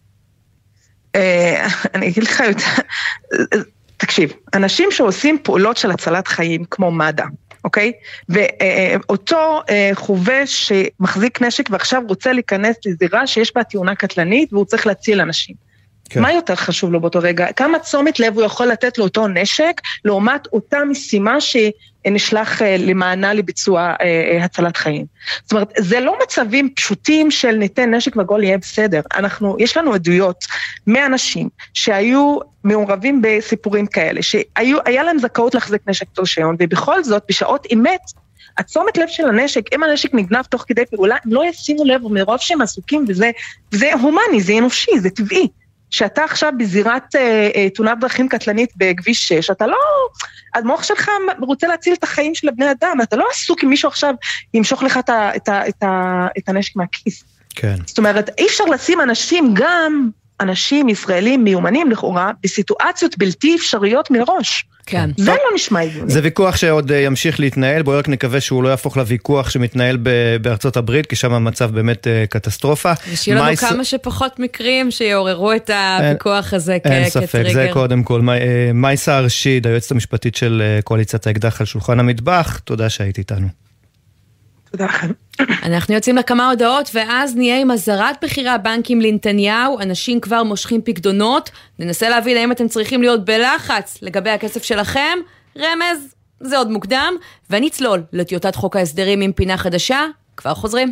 אני אגיד לך יותר, תקשיב, אנשים שעושים פעולות של הצלת חיים, כמו מד"א, אוקיי? ואותו חובש שמחזיק נשק ועכשיו רוצה להיכנס לזירה שיש בה תאונה קטלנית, והוא צריך להציל אנשים. כן. מה יותר חשוב לו באותו רגע? כמה תשומת לב הוא יכול לתת לאותו נשק, לעומת אותה משימה שנשלח למענה לביצוע הצלת חיים. זאת אומרת, זה לא מצבים פשוטים של ניתן נשק והגול יהיה בסדר. אנחנו, יש לנו עדויות מאנשים שהיו מעורבים בסיפורים כאלה, שהיה להם זכאות להחזיק נשק ברישיון, ובכל זאת, בשעות אמת, התשומת לב של הנשק, אם הנשק נגנב תוך כדי פעולה, הם לא ישימו לב מרוב שהם עסוקים, וזה, וזה הומני, זה אנושי, זה טבעי. שאתה עכשיו בזירת אה, אה, תאונת דרכים קטלנית בכביש שש, אתה לא, המוח שלך רוצה להציל את החיים של הבני אדם, אתה לא עסוק עם מישהו עכשיו ימשוך לך את, ה, את, ה, את, ה, את הנשק מהכיס. כן. זאת אומרת, אי אפשר לשים אנשים גם אנשים ישראלים מיומנים לכאורה בסיטואציות בלתי אפשריות מראש. כן. זה לא נשמע הגיוני. זה ויכוח שעוד ימשיך להתנהל, בואי רק נקווה שהוא לא יהפוך לוויכוח שמתנהל בארצות הברית, כי שם המצב באמת קטסטרופה. ושיהיה לנו כמה שפחות מקרים שיעוררו את הוויכוח הזה כטריגר. אין ספק, זה קודם כל. מייסה ארשיד, היועצת המשפטית של קואליציית האקדח על שולחן המטבח, תודה שהיית איתנו. תודה לכם. אנחנו יוצאים לכמה הודעות, ואז נהיה עם הזרת בחירי הבנקים לנתניהו. אנשים כבר מושכים פקדונות. ננסה להבין האם אתם צריכים להיות בלחץ לגבי הכסף שלכם. רמז, זה עוד מוקדם. ונצלול לטיוטת חוק ההסדרים עם פינה חדשה. כבר חוזרים.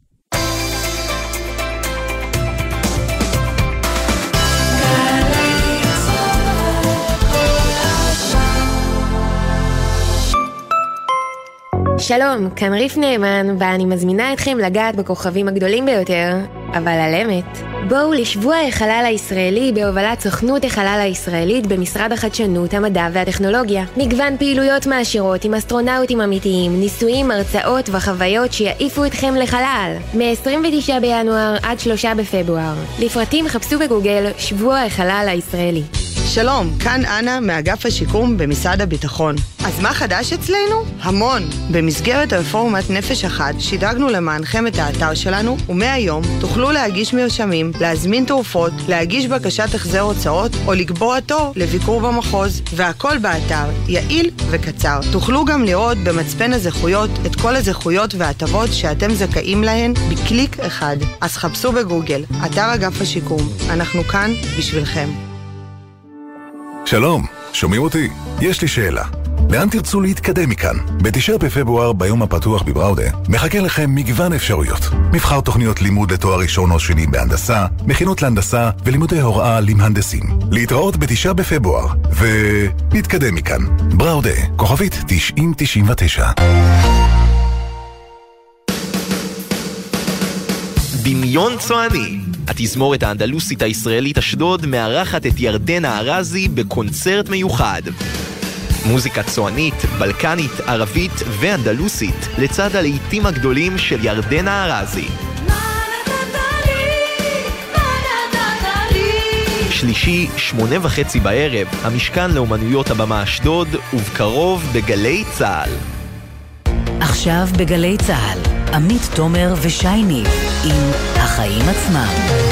שלום, כאן ריף נאמן, ואני מזמינה אתכם לגעת בכוכבים הגדולים ביותר, אבל על אמת. בואו לשבוע החלל הישראלי בהובלת סוכנות החלל הישראלית במשרד החדשנות, המדע והטכנולוגיה. מגוון פעילויות מעשירות עם אסטרונאוטים אמיתיים, ניסויים, הרצאות וחוויות שיעיפו אתכם לחלל. מ-עשרים ותשעה בינואר עד שלושה בפברואר. לפרטים חפשו בגוגל שבוע החלל הישראלי. שלום, כאן אנה מאגף השיקום במשרד הביטחון. אז מה חדש אצלנו? המון. במסגרת רפורמת נפש אחת שידרגנו למענכם את האתר שלנו, ומהיום תוכלו להגיש מרשמים, להזמין תרופות, להגיש בקשת החזר הוצאות או לקבוע תור לביקור במחוז. והכל באתר, יעיל וקצר. תוכלו גם לראות במצפן הזכויות את כל הזכויות והטבות שאתם זכאים להן בקליק אחד. אז חפשו בגוגל, אתר אגף השיקום. אנחנו כאן בשבילכם. שלום, שומעים אותי? יש לי שאלה. לאן תרצו להתקדם מכאן? בתשעה בפברואר ביום הפתוח בבראודה מחכה לכם מגוון אפשרויות. מבחר תוכניות לימוד לתואר ראשון או שני בהנדסה, מכינות להנדסה ולימודי הוראה למהנדסים. להתראות בתשעה בפברואר ונתקדם מכאן. בראודה, כוכבית תשעים תשעים ותשע. דמיון צועני. התזמורת האנדלוסית הישראלית אשדוד מארחת את ירדנה ארזי בקונצרט מיוחד. מוזיקה צוענית, בלקנית, ערבית ואנדלוסית, לצד הלהיטים הגדולים של ירדנה ארזי. שלישי, שמונה וחצי בערב, המשכן לאומנויות הבמה אשדוד, ובקרוב בגלי צהל. עכשיו בגלי צהל, עמית תומר ושייני עם החיים עצמם.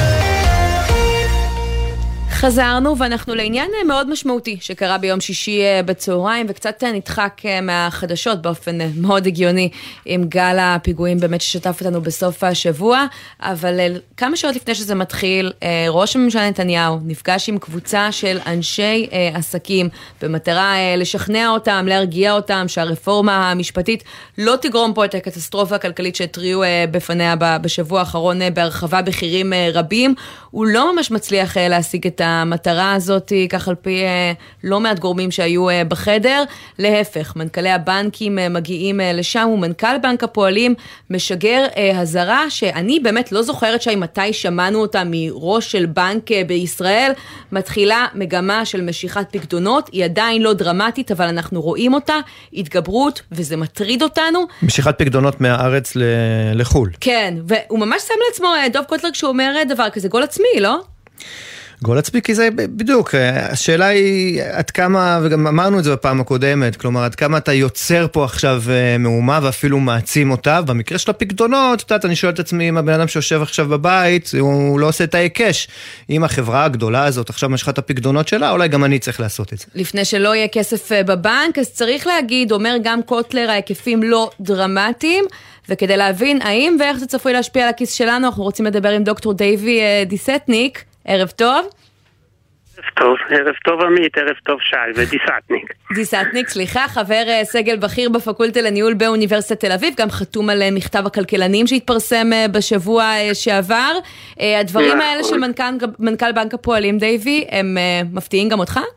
חזרנו ואנחנו לעניין מאוד משמעותי שקרה ביום שישי בצהריים וקצת נדחק מהחדשות באופן מאוד הגיוני עם גל הפיגועים באמת ששתף אותנו בסוף השבוע, אבל כמה שעות לפני שזה מתחיל, ראש הממשלה נתניהו נפגש עם קבוצה של אנשי עסקים במטרה לשכנע אותם, להרגיע אותם שהרפורמה המשפטית לא תגרום פה את הקטסטרופה הכלכלית שהטריעו בפניה בשבוע האחרון בהרחבה בחירים רבים. הוא לא ממש מצליח להשיג את המטרה הזאת, כך על פי לא מעט גורמים שהיו בחדר. להפך, מנכ"לי הבנקים מגיעים לשם, ומנכ"ל בנק הפועלים משגר הזרה, שאני באמת לא זוכרת שהי מתי שמענו אותה מראש של בנק בישראל. מתחילה מגמה של משיכת פקדונות, היא עדיין לא דרמטית, אבל אנחנו רואים אותה, התגברות, וזה מטריד אותנו. משיכת פקדונות מהארץ לחול. כן, והוא ממש שם לעצמו, דוב קוטלר, כשהוא אומר דבר כזה, גול עצמי, לא? גול עצמי, כי זה בדיוק, השאלה היא עד כמה, וגם אמרנו את זה בפעם הקודמת, כלומר עד כמה אתה יוצר פה עכשיו מהומה ואפילו מעצים אותה. במקרה של הפקדונות, תת, אני שואל את עצמי אם הבן אדם שיושב עכשיו בבית, הוא לא עושה את ההיקש. אם החברה הגדולה הזאת עכשיו משכה את הפקדונות שלה, אולי גם אני צריך לעשות את זה. לפני שלא יהיה כסף בבנק, אז צריך להגיד, אומר גם קוטלר, ההיקפים לא דרמטיים, וכדי להבין האם ואיך זה צפוי להשפיע על הכיס שלנו, אנחנו רוצים לדבר עם דוקטור דייבי דיסטניק. ערב טוב. ערב טוב, ערב טוב עמית, ערב טוב שי ודיסטניק. דיסטניק, סליחה, חבר סגל בכיר בפקולטה לניהול באוניברסיטת תל אביב, גם חתום על מכתב הכלכלנים שהתפרסם בשבוע שעבר. הדברים האלה של מנכ"ל בנק הפועלים, דייבי, הם מפתיעים גם אותך?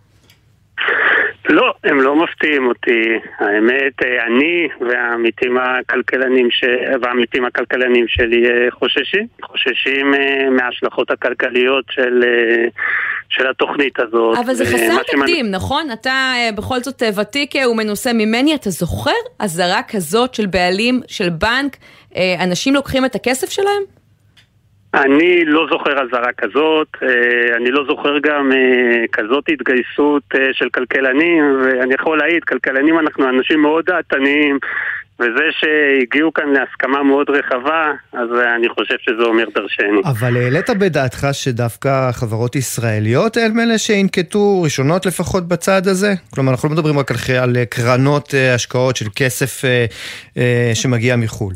לא, הם לא מפתיעים אותי. האמת, אני והעמיתים הכלכלנים ש... והעמיתים הכלכלנים שלי חוששים, חוששים מההשלכות הכלכליות של, של התוכנית הזאת. אבל זה חסר תקדים, שמנ... נכון? אתה בכל זאת ותיק ומנוסה ממני, אתה זוכר הזרה כזאת של בעלים של בנק, אנשים לוקחים את הכסף שלהם? אני לא זוכר הזרה כזאת, אני לא זוכר גם כזאת התגייסות של כלכלנים, ואני יכול להעיד, כלכלנים אנחנו אנשים מאוד דעתניים, וזה שהגיעו כאן להסכמה מאוד רחבה, אז אני חושב שזה אומר דרשני. אבל העלית בדעתך שדווקא חברות ישראליות הן אלה שינקטו ראשונות לפחות בצד הזה? כלומר, אנחנו לא מדברים רק על קרנות השקעות של כסף שמגיע מחול.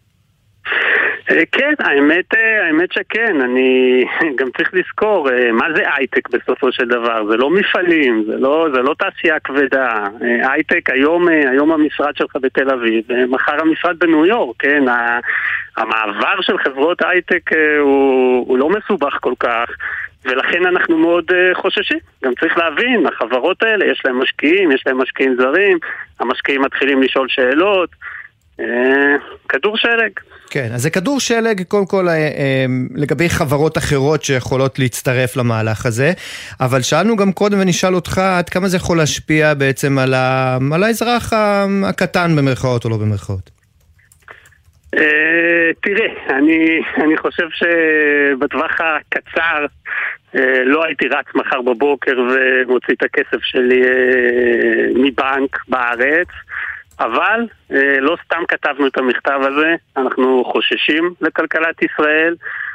כן, האמת, האמת שכן, אני גם צריך לזכור, מה זה הייטק בסופו של דבר? זה לא מפעלים, זה לא, זה לא תעשייה כבדה. הייטק, היום, היום המשרד שלך בתל אביב, מחר המשרד בניו יורק, כן? המעבר של חברות הייטק הוא, הוא לא מסובך כל כך, ולכן אנחנו מאוד חוששים. גם צריך להבין, החברות האלה, יש להם משקיעים, יש להם משקיעים זרים, המשקיעים מתחילים לשאול שאלות, כדור שלג. כן, אז זה כדור שלג קודם כל לגבי חברות אחרות שיכולות להצטרף למהלך הזה, אבל שאלנו גם קודם ונשאל אותך עד כמה זה יכול להשפיע בעצם על, ה... על האזרח הקטן במרכאות או לא במרכאות. תראה, אני, אני חושב שבטווח הקצר לא הייתי רץ מחר בבוקר ומוציא את הכסף שלי מבנק בארץ, אבל לא סתם כתבנו את המכתב הזה, אנחנו חוששים לכלכלת ישראל,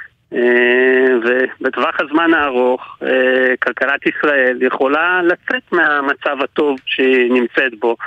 ובטווח הזמן הארוך כלכלת ישראל יכולה לצאת מהמצב הטוב שהיא נמצאת בו.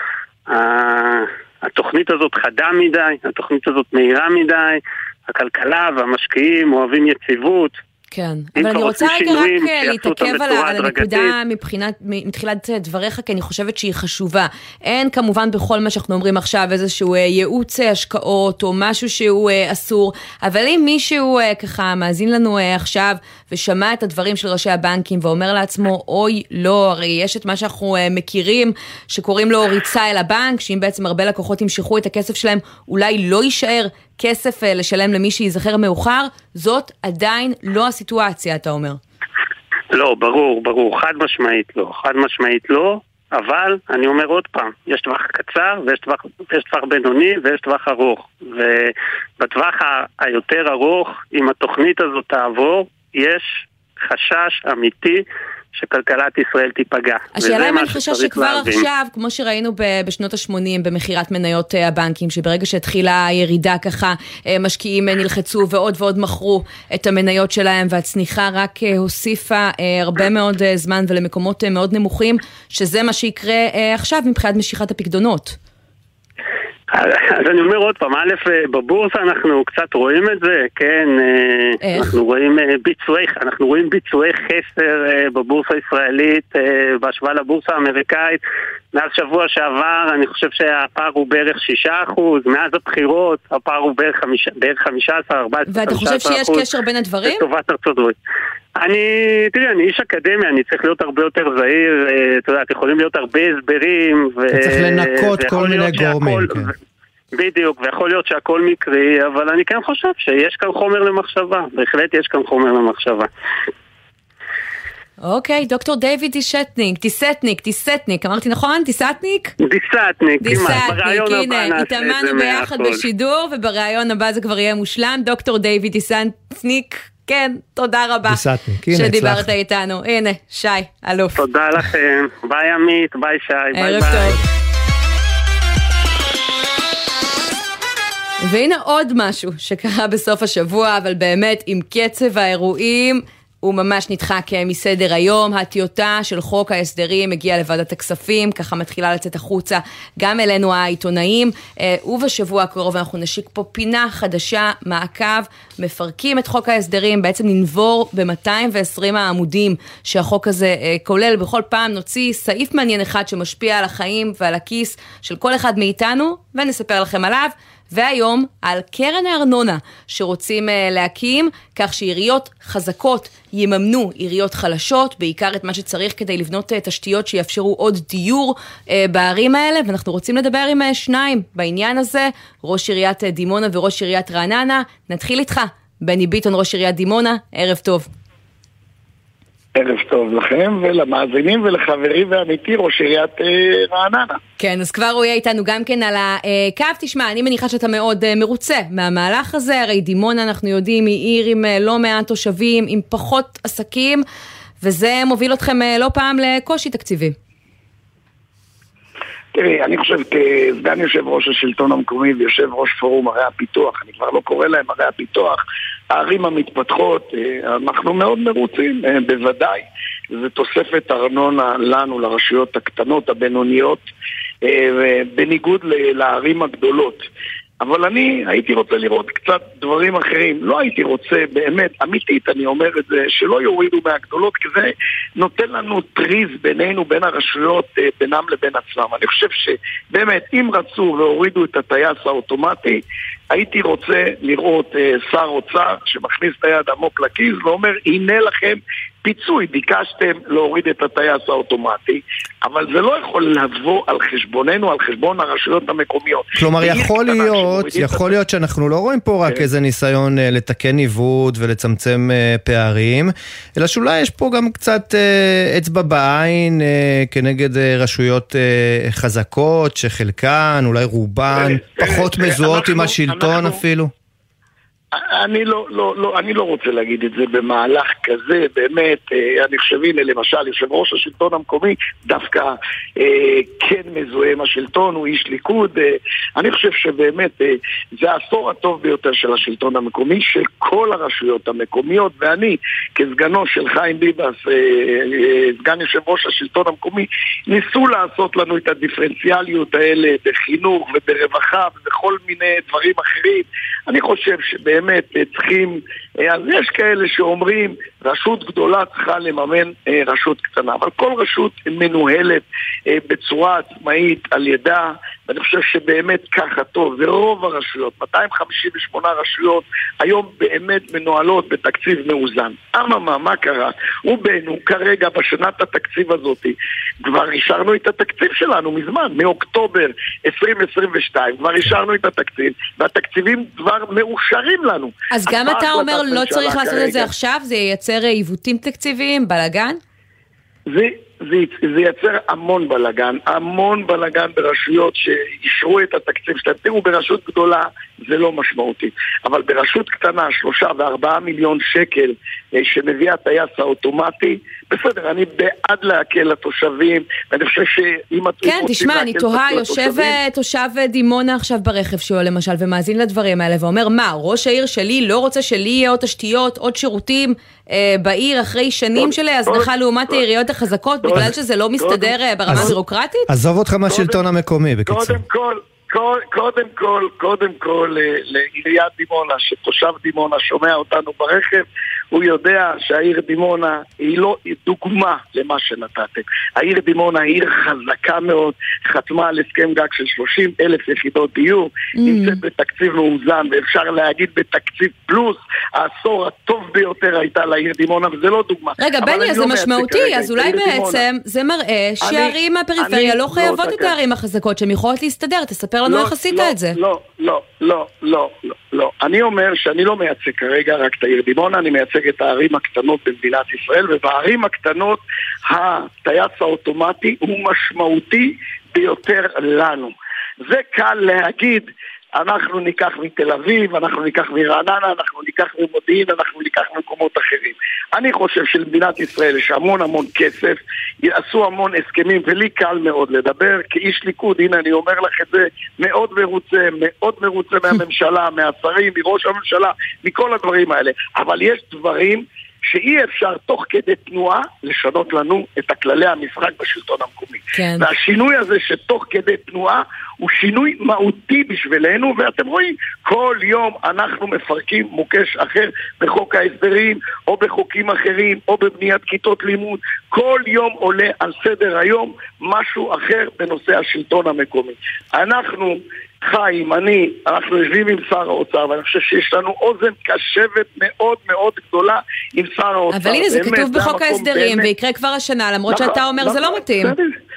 התוכנית הזאת חדה מדי, התוכנית הזאת מהירה מדי, הכלכלה והמשקיעים אוהבים יציבות. כן, אבל אני רוצה רגע רק להתעכב על הנקודה מבחינת, מתחילת דבריך, כי אני חושבת שהיא חשובה. אין כמובן בכל מה שאנחנו אומרים עכשיו איזשהו ייעוץ השקעות או משהו שהוא אסור, אבל אם מישהו ככה מאזין לנו עכשיו ושמע את הדברים של ראשי הבנקים ואומר לעצמו, אוי, לא, הרי יש את מה שאנחנו מכירים שקוראים לו ריצה אל הבנק, שאם בעצם הרבה לקוחות ימשכו את הכסף שלהם, אולי לא יישאר כסף לשלם למי שיזכר מאוחר, זאת עדיין לא הסיטואציה, אתה אומר. לא, ברור, ברור, חד משמעית לא, חד משמעית לא, אבל אני אומר עוד פעם, יש טווח קצר ויש טווח, יש טווח בינוני ויש טווח ארוך, ובטווח ה- היותר ארוך, אם התוכנית הזאת תעבור, יש חשש אמיתי שכלכלת ישראל תיפגע. השאלה אם אני חושב שכבר להבין. עכשיו, כמו שראינו בשנות ה-שמונים במחירת מניות הבנקים, שברגע שהתחילה הירידה ככה, משקיעים נלחצו ועוד ועוד מכרו את המניות שלהם, והצניחה רק הוסיפה הרבה מאוד זמן ולמקומות מאוד נמוכים, שזה מה שיקרה עכשיו מבחינת משיכת הפקדונות. אז אני אומר עוד פעם, א', בבורסה אנחנו קצת רואים את זה, כן, איך? אנחנו רואים ביצועי, אנחנו רואים ביצועי חסר בבורסה הישראלית, בהשוואה לבורסה האמריקאית, מאז שבוע שעבר אני חושב שהפער הוא בערך שישה אחוז, מאז הבחירות הפער הוא בערך חמישה עשר, ארבע עשרה, ואתה חושב שיש קשר בין הדברים? לטובת ארצות הברית. אני, תראי, אני איש אקדמיה, אני צריך להיות הרבה יותר זהיר, אתה יודע, יכולים להיות הרבה הסברים, אתה צריך לנקות כל מיני גורמים, כן. בדיוק, ויכול להיות שהכל מקרי, אבל אני כן חושב שיש כאן חומר למחשבה, בהחלט יש כאן חומר למחשבה. אוקיי, דוקטור דיוויד דיסטניק, דיסטניק, דיסטניק, אמרתי נכון? דיסטניק? דיסטניק, דיסטניק, הנה, התאמנו ביחד בשידור, וברעיון הבא זה כבר יהיה מושלם, דוקטור דיוויד דיסטניק, כן, תודה רבה שדיברת איתנו. הנה, שי, אלוף. תודה לכם, ביי עמית, ביי שי, ביי ערב טוב. והנה עוד משהו שקרה בסוף השבוע, אבל באמת עם קצב האירועים הוא ממש נדחק מסדר היום. הטיוטה של חוק ההסדרים הגיעה לוועדת הכספים, ככה מתחילה לצאת החוצה גם אלינו העיתונאים, ובשבוע הקרוב אנחנו נשיק פה פינה חדשה, מעקב, מפרקים את חוק ההסדרים, בעצם ננבור ב-מאתיים ועשרים העמודים שהחוק הזה כולל, בכל פעם נוציא סעיף מעניין אחד שמשפיע על החיים ועל הכיס של כל אחד מאיתנו, ונספר לכם עליו. והיום על קרן הארנונה שרוצים להקים, כך שעיריות חזקות יממנו עיריות חלשות, בעיקר את מה שצריך כדי לבנות תשתיות שיאפשרו עוד דיור בערים האלה, ואנחנו רוצים לדבר עם שניים בעניין הזה, ראש עיריית דימונה וראש עיריית רעננה. נתחיל איתך, בני ביטון, ראש עיריית דימונה, ערב טוב. ערב טוב לכם ולמאזינים ולחברי ועמיתי ראש עיריית רעננה. כן, אז כבר הוא יהיה איתנו גם כן על הקו. תשמע, אני מניחה שאתה מאוד מרוצה מהמהלך הזה, הרי דימונה אנחנו יודעים היא עיר עם לא מעט תושבים, עם פחות עסקים, וזה מוביל אתכם לא פעם לקושי תקציבי. תראי, אני חושב כסגן יושב ראש השלטון המקומי ויושב ראש פורום ערי הפיתוח, אני כבר לא קורא להם ערי הפיתוח, הערים המתפתחות, אנחנו מאוד מרוצים, בוודאי. זה תוספת ארנונה לנו, לרשויות הקטנות, הבינוניות, בניגוד לערים הגדולות. אבל אני הייתי רוצה לראות קצת דברים אחרים. לא הייתי רוצה, באמת, אמיתית, אני אומר את זה, שלא יורידו מהגדולות, כי זה נותן לנו טריז בינינו, בין הרשויות, בינם לבין עצמם. אני חושב שבאמת, אם רצו והורידו את הטייס האוטומטי, הייתי רוצה לראות שר אוצר שמכניס את היד עמוק לכיס ואומר, הנה לכם פיצוי, ביקשתם להוריד את הטייס האוטומטי, אבל זה לא יכול לבוא על חשבוננו, על חשבון הרשויות המקומיות. כלומר, יכול להיות, יכול להיות שאנחנו לא רואים פה רק איזה ניסיון לתקן עיוות ולצמצם פערים, אלא שאולי יש פה גם קצת אצבע בעין כנגד רשויות חזקות, שחלקן, אולי רובן, פחות מזוהות עם השלטון אפילו. אני לא, לא, לא, אני לא רוצה להגיד את זה במהלך כזה, באמת, אני חושב, הנה, למשל, יושב ראש השלטון המקומי דווקא אה, כן מזוהה עם השלטון, הוא איש ליכוד, אה, אני חושב שבאמת אה, זה העשור הטוב ביותר של השלטון המקומי, של כל הרשויות המקומיות, ואני, כסגנו של חיים ביבס, אה, אה, סגן יושב ראש השלטון המקומי, ניסו לעשות לנו את הדיפרנציאליות האלה בחינוך וברווחה ובכל מיני דברים אחרים. אני חושב שבאמת באמת צריכים, אז יש כאלה שאומרים רשות גדולה צריכה לממן רשות קטנה, אבל כל רשות מנוהלת בצורה עצמאית על ידה, ואני חושב שבאמת ככה טוב, ורוב הרשויות, מאתיים חמישים ושמונה רשויות, היום באמת מנוהלות בתקציב מאוזן. אממה, מה קרה? ובינו כרגע בשנת התקציב הזאת, כבר אישרנו את התקציב שלנו מזמן, מאוקטובר עשרים עשרים ושתיים, כבר אישרנו את התקציב, והתקציבים כבר מאושרים לנו. אז גם אתה אומר לא צריך לעשות את זה עכשיו, זה ייצר עיוותים תקציביים, בלגן? זה, זה, זה ייצר המון בלגן, המון בלגן ברשויות שאישרו את התקציב שלהם. תראו, ברשות גדולה זה לא משמעותי, אבל ברשות קטנה, שלושה וארבעה מיליון שקל שמביאה טייס האוטומטי, בסדר, אני בעד להקל לתושבים, ואני חושב שאם אתם כן, תשמע, אני תוהה, יושב תושב דימונה עכשיו ברכב שלו למשל, ומאזין לדברים האלה, ואומר, מה, ראש העיר שלי לא רוצה שלי יהיה עוד תשתיות, עוד שירותים אה, בעיר אחרי שנים שלי, הזנחה לעומת העיריות החזקות, בגלל שזה לא מסתדר ברמה בירוקרטית? עזוב אותך מהשלטון המקומי, בקיצור. קודם כל, קודם כל, קודם כל, לעיריית דימונה, שתושב דימונה שומע אותנו ברכב, הוא יודע שהעיר דימונה היא לא דוגמה למה שנתתם. העיר דימונה היא עיר חזקה מאוד, חתמה על הסכם גג של שלושים אלף יחידות דיור, mm. נמצאת בתקציב מאוזן, ואפשר להגיד בתקציב פלוס, העשור הטוב ביותר הייתה לעיר דימונה, וזה לא דוגמה. רגע, בני, זה לא משמעותי, אז אולי בעצם זה מראה שהערים מהפריפריה לא חייבות לא את הערים החזקות, שהן יכולות להסתדר, תספר לנו לא, איך עשית לא, את זה. לא, לא, לא, לא, לא, לא. אני אומר שאני לא מייצג כרגע רק את העיר דימונה, אני מייצג את הערים הקטנות במדינת ישראל, ובערים הקטנות הטייס האוטומטי הוא משמעותי ביותר לנו. זה קל להגיד, אנחנו ניקח מתל אביב, אנחנו ניקח מרעננה, אנחנו ניקח ממודיעין, אנחנו ניקח ממקומות אחרים. אני חושב שלמדינת ישראל יש המון המון כסף, יעשו המון הסכמים, ולי קל מאוד לדבר, כאיש ליכוד, הנה אני אומר לך את זה, מאוד מרוצה, מאוד מרוצה מהממשלה, מהשרים, מראש הממשלה, מכל הדברים האלה. אבל יש דברים שאי אפשר תוך כדי תנועה לשנות לנו את הכללי המשחק בשלטון המקומי. כן. והשינוי הזה שתוך כדי תנועה הוא שינוי מהותי בשבילנו, ואתם רואים, כל יום אנחנו מפרקים מוקש אחר בחוק ההסדרים, או בחוקים אחרים, או בבניית כיתות לימוד. כל יום עולה על סדר היום משהו אחר בנושא השלטון המקומי. אנחנו חיים, אני, אנחנו יושבים עם שר האוצר, ואני חושב שיש לנו אוזן קשבת מאוד מאוד גדולה עם שר האוצר. אבל הנה, זה כתוב בחוק ההסדרים, ויקרה כבר השנה, למרות שאתה אומר זה לא מתאים.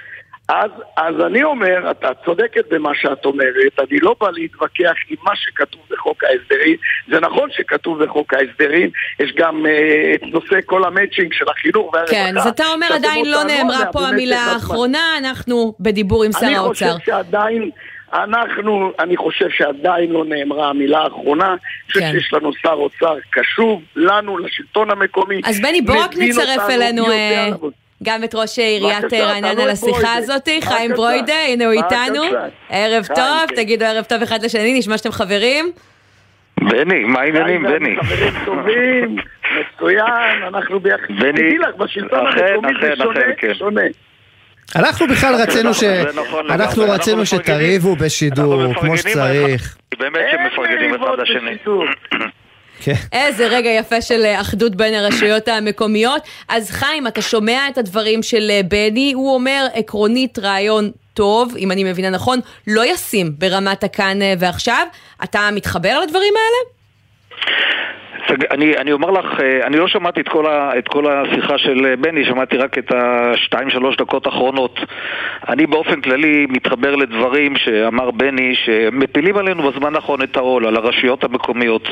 אז, אז אני אומר, אתה צודקת במה שאת אומרת, אני לא בא להתווכח עם מה שכתוב בחוק ההסדרים, זה נכון שכתוב בחוק ההסדרים, יש גם אה, את נושא כל המאצ'ינג של החינוך והרווחה. כן, אז אתה אומר עדיין לא נאמרה פה המילה האחרונה, אנחנו בדיבור עם שר האוצר. אני חושב שעדיין, אנחנו, אני חושב שעדיין לא נאמרה המילה האחרונה, אני חושב שיש לנו שר אוצר קשוב, לנו, לשלטון המקומי. אז בני, בוא רק נצרף אלינו גם את ראש עיריית רעננה לשיחה הזאת, חיים ברוידה, הנה הוא איתנו. ערב טוב, תגידו ערב טוב אחד לשני, נשמע שאתם חברים. בני, מה העניינים בני? חברים טובים, מצוין, אנחנו ביחד. בני, בשלטון המקומי זה שונה, שונה. אנחנו בכלל רצינו ש... אנחנו רצינו שתריבו בשידור, כמו שצריך. באמת שמפרגנים אחד לשני. איזה רגע יפה של אחדות בין הרשויות המקומיות. אז חיים, אתה שומע את הדברים של בני, הוא אומר עקרונית רעיון טוב, אם אני מבינה נכון, לא ישים ברמת הכאן ועכשיו. אתה מתחבר לדברים האלה? אני, אני אומר לך, אני לא שמעתי את כל, ה, את כל השיחה של בני, שמעתי רק את השתיים שלוש דקות האחרונות. אני באופן כללי מתחבר לדברים שאמר בני, שמפילים עלינו בזמן האחרון את העול, על הרשויות המקומיות.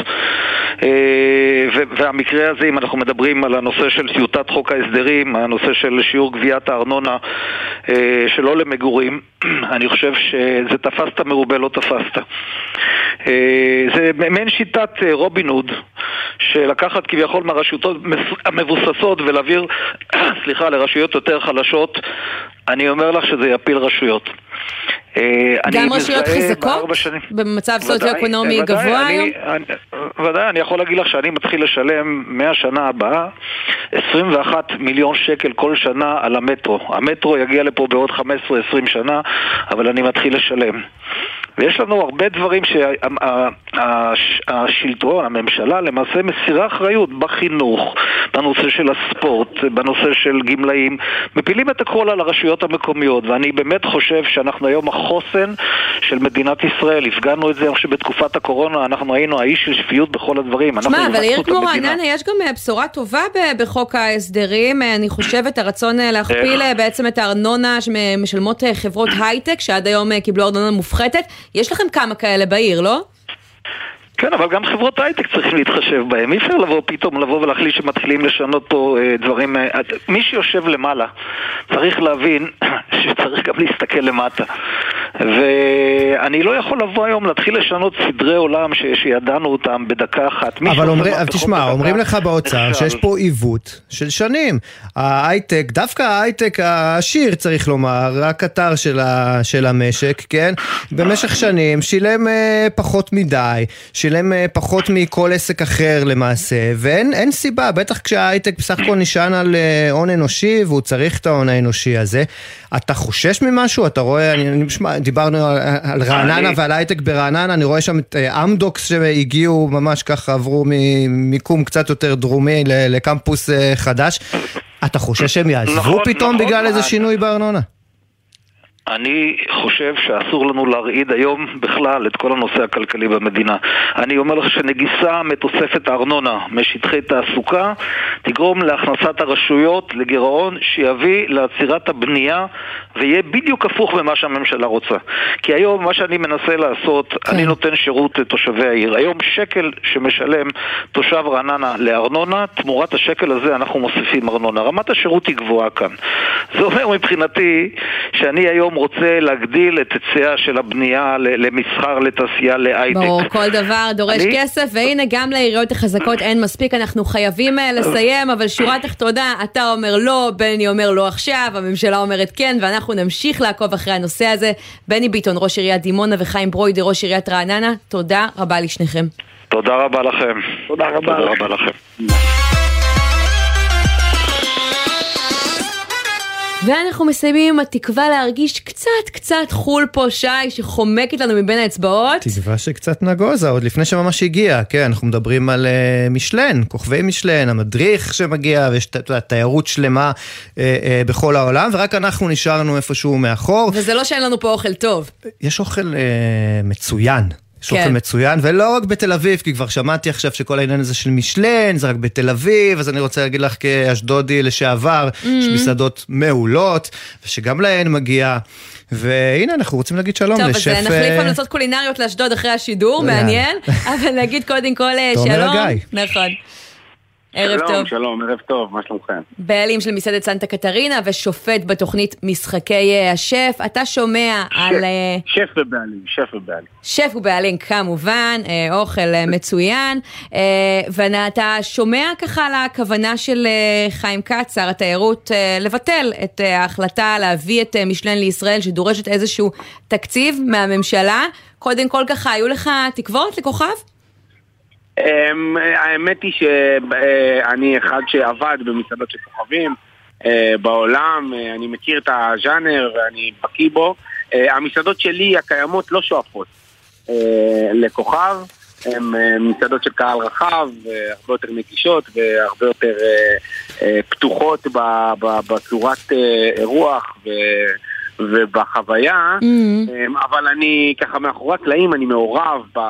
והמקרה הזה, אם אנחנו מדברים על הנושא של טיוטת חוק ההסדרים, הנושא של שיעור גביית הארנונה שלא למגורים, אני חושב שזה תפסת מרובה לא תפסת. זה מעין שיטת רובין הוד, שלקחת כביכול מהרשויות המבוססות ולהעביר, סליחה, לרשויות יותר חלשות. אני אומר לך שזה יפיל רשויות. גם רשויות חזקות? במצב סוציו-אקונומי גבוה היום? ודאי, אני יכול להגיד לך שאני מתחיל לשלם מהשנה הבאה עשרים ואחד מיליון שקל כל שנה על המטרו. המטרו יגיע לפה בעוד חמש עשרה עשרים שנה, אבל אני מתחיל לשלם. ויש לנו הרבה דברים שהשלטון, הממשלה, למעשה מסירה אחריות בחינוך, בנושא של הספורט, בנושא של גמלאים, מפילים את הכל על הרשויות המקומיות, ואני באמת חושב שאנחנו היום החוסן של מדינת ישראל. הפגענו את זה שבתקופת הקורונה אנחנו היינו האיש של שפיות בכל הדברים. תשמע, אבל עיר כמו רעננה יש גם בשורה טובה בחוק ההסדרים. אני חושבת הרצון להכפיל בעצם את הארנונה שמשלמות חברות הייטק, שעד היום קיבלו ארנונה מופחתת. יש לכם כמה כאלה בעיר, לא? כן, אבל גם חברות הייטק צריכים להתחשב בהם. אי אפשר לבוא פתאום, לבוא ולהחליט שמתחילים לשנות פה אה, דברים. אה, מי שיושב למעלה צריך להבין שצריך גם להסתכל למטה. ואני לא יכול לבוא היום להתחיל לשנות סדרי עולם ש- שידענו אותם בדקה אחת. אבל אומר, תשמע, אומרים לך באוצר שיש פה עיוות של שנים. ההייטק, דווקא ההייטק העשיר צריך לומר, הקטר של, ה- של המשק, כן? במשך שנים שילם אה, פחות מדי, שילם פחות מכל עסק אחר למעשה, ואין אין סיבה, בטח כשההייטק בסך הכל נשען על הון אנושי, והוא צריך את ההון האנושי הזה. אתה חושש ממשהו? אתה רואה, אני, אני משמע, דיברנו על, על רעננה אני... ועל הייטק ברעננה, אני רואה שם את אמדוקס שהגיעו ממש ככה, עברו ממיקום קצת יותר דרומי לקמפוס חדש. אתה חושש שהם יעזבו נכון, פתאום נכון, בגלל איזה שינוי בארנונה? אני חושב שאסור לנו להרעיד היום בכלל את כל הנושא הכלכלי במדינה. אני אומר לך שנגיסה מתוספת הארנונה משטחי תעסוקה תגרום להכנסת הרשויות לגירעון שיביא לעצירת הבנייה ויהיה בדיוק הפוך ממה שהממשלה רוצה. כי היום מה שאני מנסה לעשות, כן. אני נותן שירות לתושבי העיר. היום שקל שמשלם תושב רעננה לארנונה, תמורת השקל הזה אנחנו מוסיפים ארנונה. רמת השירות היא גבוהה כאן. זה אומר מבחינתי שאני היום רוצה להגדיל את היצע של הבנייה למסחר, לתעשייה, להייטק. ברור, כל דבר דורש אני... כסף, והנה גם לעיריות החזקות אין מספיק, אנחנו חייבים לסיים, אבל שורה תחתונה, אתה אומר לא, בני אומר לא עכשיו, הממשלה אומרת כן, ואנחנו נמשיך לעקוב אחרי הנושא הזה. בני ביטון, ראש עיריית דימונה, וחיים ברוידה, ראש עיריית רעננה, תודה רבה לשניכם. תודה רבה לכם. תודה רבה, תודה רבה לכם. ואנחנו מסיימים עם התקווה להרגיש קצת קצת חול פה, שי, שחומקת לנו מבין האצבעות. תקווה שקצת נגוזה, עוד לפני שממש הגיע. כן, אנחנו מדברים על uh, משלן, כוכבי משלן, המדריך שמגיע, ויש תיירות שלמה uh, uh, בכל העולם, ורק אנחנו נשארנו איפשהו מאחור. וזה לא שאין לנו פה אוכל טוב. יש אוכל uh, מצוין. יש אוכל מצוין, ולא רק בתל אביב, כי כבר שמעתי עכשיו שכל העניין הזה של משלן, זה רק בתל אביב, אז אני רוצה להגיד לך כאשדודי לשעבר, יש מסעדות מעולות, ושגם להן מגיע, והנה אנחנו רוצים להגיד שלום לשף... טוב, אז נחליף המלצות קולינריות לאשדוד אחרי השידור, מעניין, אבל נגיד קודם כל שלום. נכון. ערב טוב. שלום, ערב טוב, מה שלומכם? בעלים של מסעדת סנטה קטרינה ושופט בתוכנית משחקי השף. אתה שומע על... שף ובעלים, שף ובעלים. שף ובעלים כמובן, אוכל מצוין, ואתה שומע ככה על הכוונה של חיים כץ, שר התיירות, לבטל את ההחלטה להביא את משלן לישראל, שדורשת איזשהו תקציב מהממשלה. קודם כל ככה, היו לך תקוות לכוכב? האמת היא שאני אחד שעבד במסעדות של כוכבים בעולם, אני מכיר את הז'אנר ואני בקיא בו. המסעדות שלי הקיימות לא שואפות לכוכב, הן מסעדות של קהל רחב, הרבה יותר נגישות והרבה יותר פתוחות בצורת אירוח ובחוויה, אבל אני ככה מאחורי הקלעים, אני מעורב ב...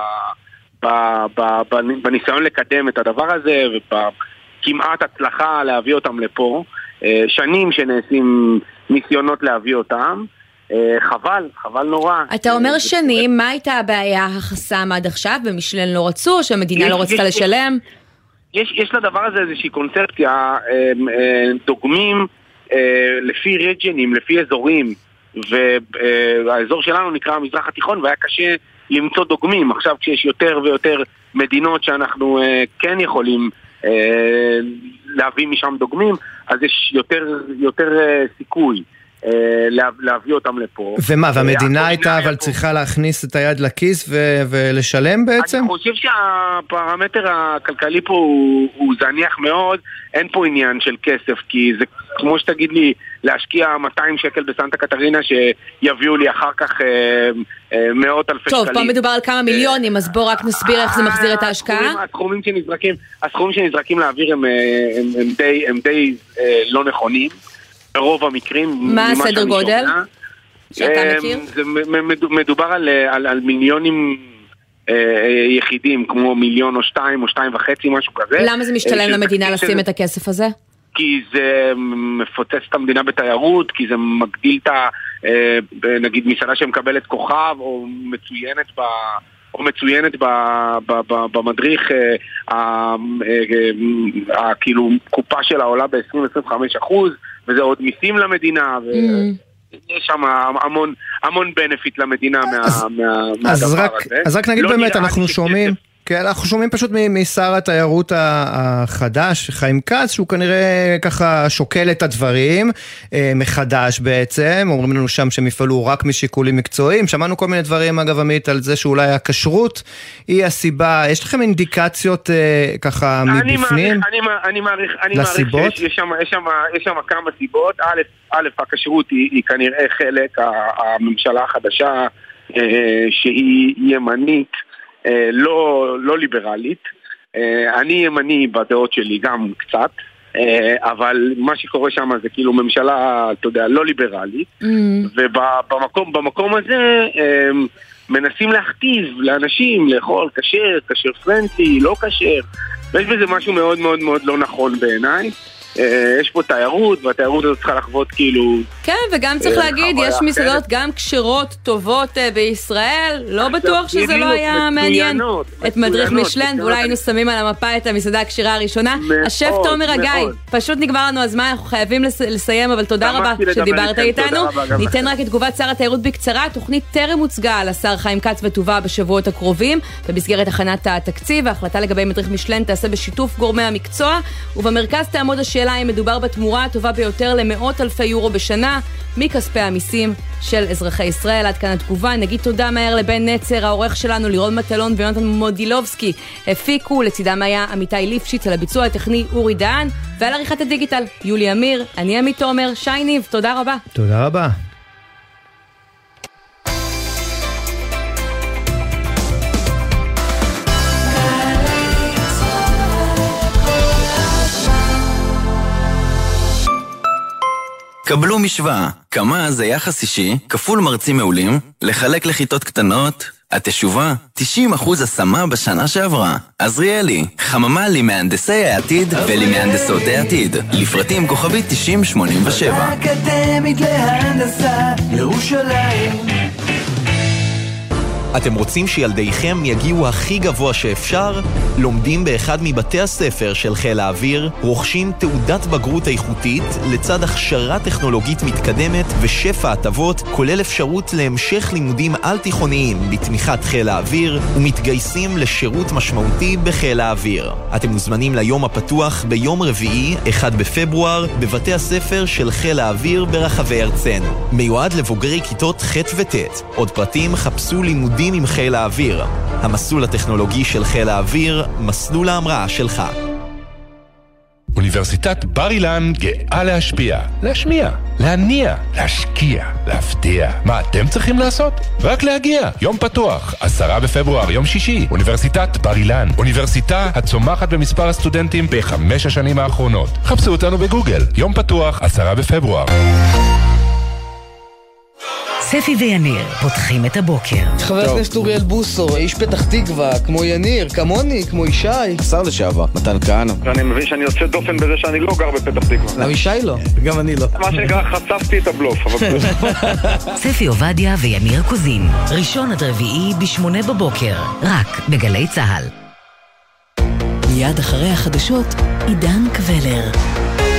בניסיון לקדם את הדבר הזה ובכמעט הצלחה להביא אותם לפה, שנים שנעשים ניסיונות להביא אותם, חבל, חבל נורא. אתה אומר שנים, מה הייתה הבעיה החסם עד עכשיו? במשלן לא רצו, שהמדינה לא רצתה לשלם? יש לדבר הזה איזושהי קונספציה, דוגמים לפי רג'נים, לפי אזורים, והאזור שלנו נקרא המזרח התיכון, והיה קשה למצוא דוגמים. עכשיו כשיש יותר ויותר מדינות שאנחנו אה, כן יכולים אה, להביא משם דוגמים, אז יש יותר, יותר אה, סיכוי אה, לה, להביא אותם לפה. ומה, והמדינה הייתה אבל צריכה להכניס את היד לכיס ו- ולשלם בעצם? אני חושב שהפרמטר הכלכלי פה הוא, הוא זניח מאוד, אין פה עניין של כסף, כי זה כמו שתגיד לי להשקיע מאתיים שקל בסנטה קטרינה שיביאו לי אחר כך אה, אה, מאות אלפי טוב, שקלים. טוב, פה מדובר על כמה מיליונים, אז בוא רק נסביר איך זה מחזיר את ההשקעה. הסכומים שנזרקים, הסכומים שנזרקים להעביר הם, הם, הם די, הם די אה, לא נכונים, ברוב המקרים. מה הסדר גודל שאתה מכיר? זה מדובר על, על, על מיליונים אה, יחידים, כמו מיליון או שתיים או שתיים וחצי, משהו כזה. למה זה משתלם למדינה לשים את הכסף הזה? כי זה מפוצץ את המדינה בתיירות, כי זה מגדיל את ה... נגיד מסעדה שמקבלת כוכב, או מצוינת ב... או מצוינת ב, ב, ב, במדריך, כאילו קופה שלה עולה ב-עשרים עד עשרים וחמישה אחוז, וזה עוד מיסים למדינה, ויש שם המון, המון בנפיט למדינה מהדבר הזה. אז רק נגיד באמת, אנחנו שומעים... כן, אנחנו שומעים פשוט משר התיירות החדש, חיים כץ, שהוא כנראה ככה שוקל את הדברים מחדש בעצם, אומרים לנו שם שהם יפעלו רק משיקולים מקצועיים, שמענו כל מיני דברים אגב עמית על זה שאולי הכשרות היא הסיבה, יש לכם אינדיקציות ככה מבפנים? אני מעריך, אני מעריך שיש שם כמה סיבות, א', הכשרות היא כנראה חלק, הממשלה החדשה שהיא ימנית, לא, לא ליברלית, אני ימני בדעות שלי גם קצת, אבל מה שקורה שם זה כאילו ממשלה, אתה יודע, לא ליברלית, mm. ובמקום, במקום הזה מנסים להכתיב לאנשים לאכול כשר, כשר פרנטלי, לא כשר, ויש בזה משהו מאוד מאוד מאוד לא נכון בעיניי. יש פה תיירות, והתיירות הזאת צריכה לחוות כאילו... כן, וגם צריך להגיד, יש מסעדות גם כשרות טובות בישראל, לא בטוח שזה לא היה מעניין את מדריך משלן, ואולי היינו שמים על המפה את המסעדה הכשרה הראשונה. השף תומר הגיא, פשוט נגמר לנו הזמן, אנחנו חייבים לסיים, אבל תודה רבה שדיברת איתנו. ניתן רק את תגובת שר התיירות בקצרה, תוכנית טרם הוצגה לשר חיים כץ ותובא בשבועות הקרובים, במסגרת הכנת התקציב, ההחלטה לגבי מדריך משלן תעשה בשיתוף גורמי המקצוע, ובמרכז תעמוד השאלה אם מדובר בתמורה הטובה ביותר למאות אלפי יורו בשנה מכספי המיסים של אזרחי ישראל. עד כאן התגובה. נגיד תודה מהר לבן נצר, העורך שלנו לירון מטלון ויונתן מודילובסקי הפיקו, לצידם היה עמיתי ליפשיץ, על הביצוע הטכני אורי דהן, ועל עריכת הדיגיטל יולי אמיר. אני עמית תומר, שי ניב, תודה רבה. תודה רבה. קבלו משוואה, כמה זה יחס אישי, כפול מרצים מעולים, לחלק לכיתות קטנות, התשובה, תשעים אחוז השמה בשנה שעברה. עזריאלי, חממה למהנדסי העתיד ולמהנדסות העתיד. לפרטים כוכבית תשעים שמונים ושבע. אקדמית להנדסה, ירושלים. אתם רוצים שילדיכם יגיעו הכי גבוה שאפשר? לומדים באחד מבתי הספר של חיל האוויר, רוכשים תעודת בגרות איכותית לצד הכשרה טכנולוגית מתקדמת ושפע הטבות, כולל אפשרות להמשך לימודים על תיכוניים בתמיכת חיל האוויר, ומתגייסים לשירות משמעותי בחיל האוויר. אתם מוזמנים ליום הפתוח ביום רביעי, אחד בפברואר, בבתי הספר של חיל האוויר ברחבי ארצנו. מיועד לבוגרי כיתות ח' ות'. עוד פרטים חפשו לימודים עם חיל האוויר. המסלול הטכנולוגי של חיל האוויר, מסלול ההמראה שלך. אוניברסיטת בר אילן גאה להשפיע, להשמיע, להניע, להשקיע, להפתיע. מה אתם צריכים לעשות? רק להגיע. יום פתוח, עשרה בפברואר, יום שישי. אוניברסיטת בר אילן. אוניברסיטה הצומחת במספר הסטודנטים בחמש השנים האחרונות. חפשו אותנו בגוגל. יום פתוח, עשרה בפברואר. ספי ויניר פותחים את הבוקר. חבר הכנסת אוריאל בוסו, איש פתח תקווה, כמו יניר, כמוני, כמו ישי. שר לשעבר, מתן כהנא. ואני מבין שאני יוצא דופן בזה שאני לא גר בפתח תקווה. למה ישי לא? גם אני לא. מה שנקרא, חשפתי את הבלוף. ספי עובדיה ויניר קוזין, ראשון עד רביעי בשמונה בבוקר, רק בגלי צהל. מיד אחרי החדשות, עידן קבלר.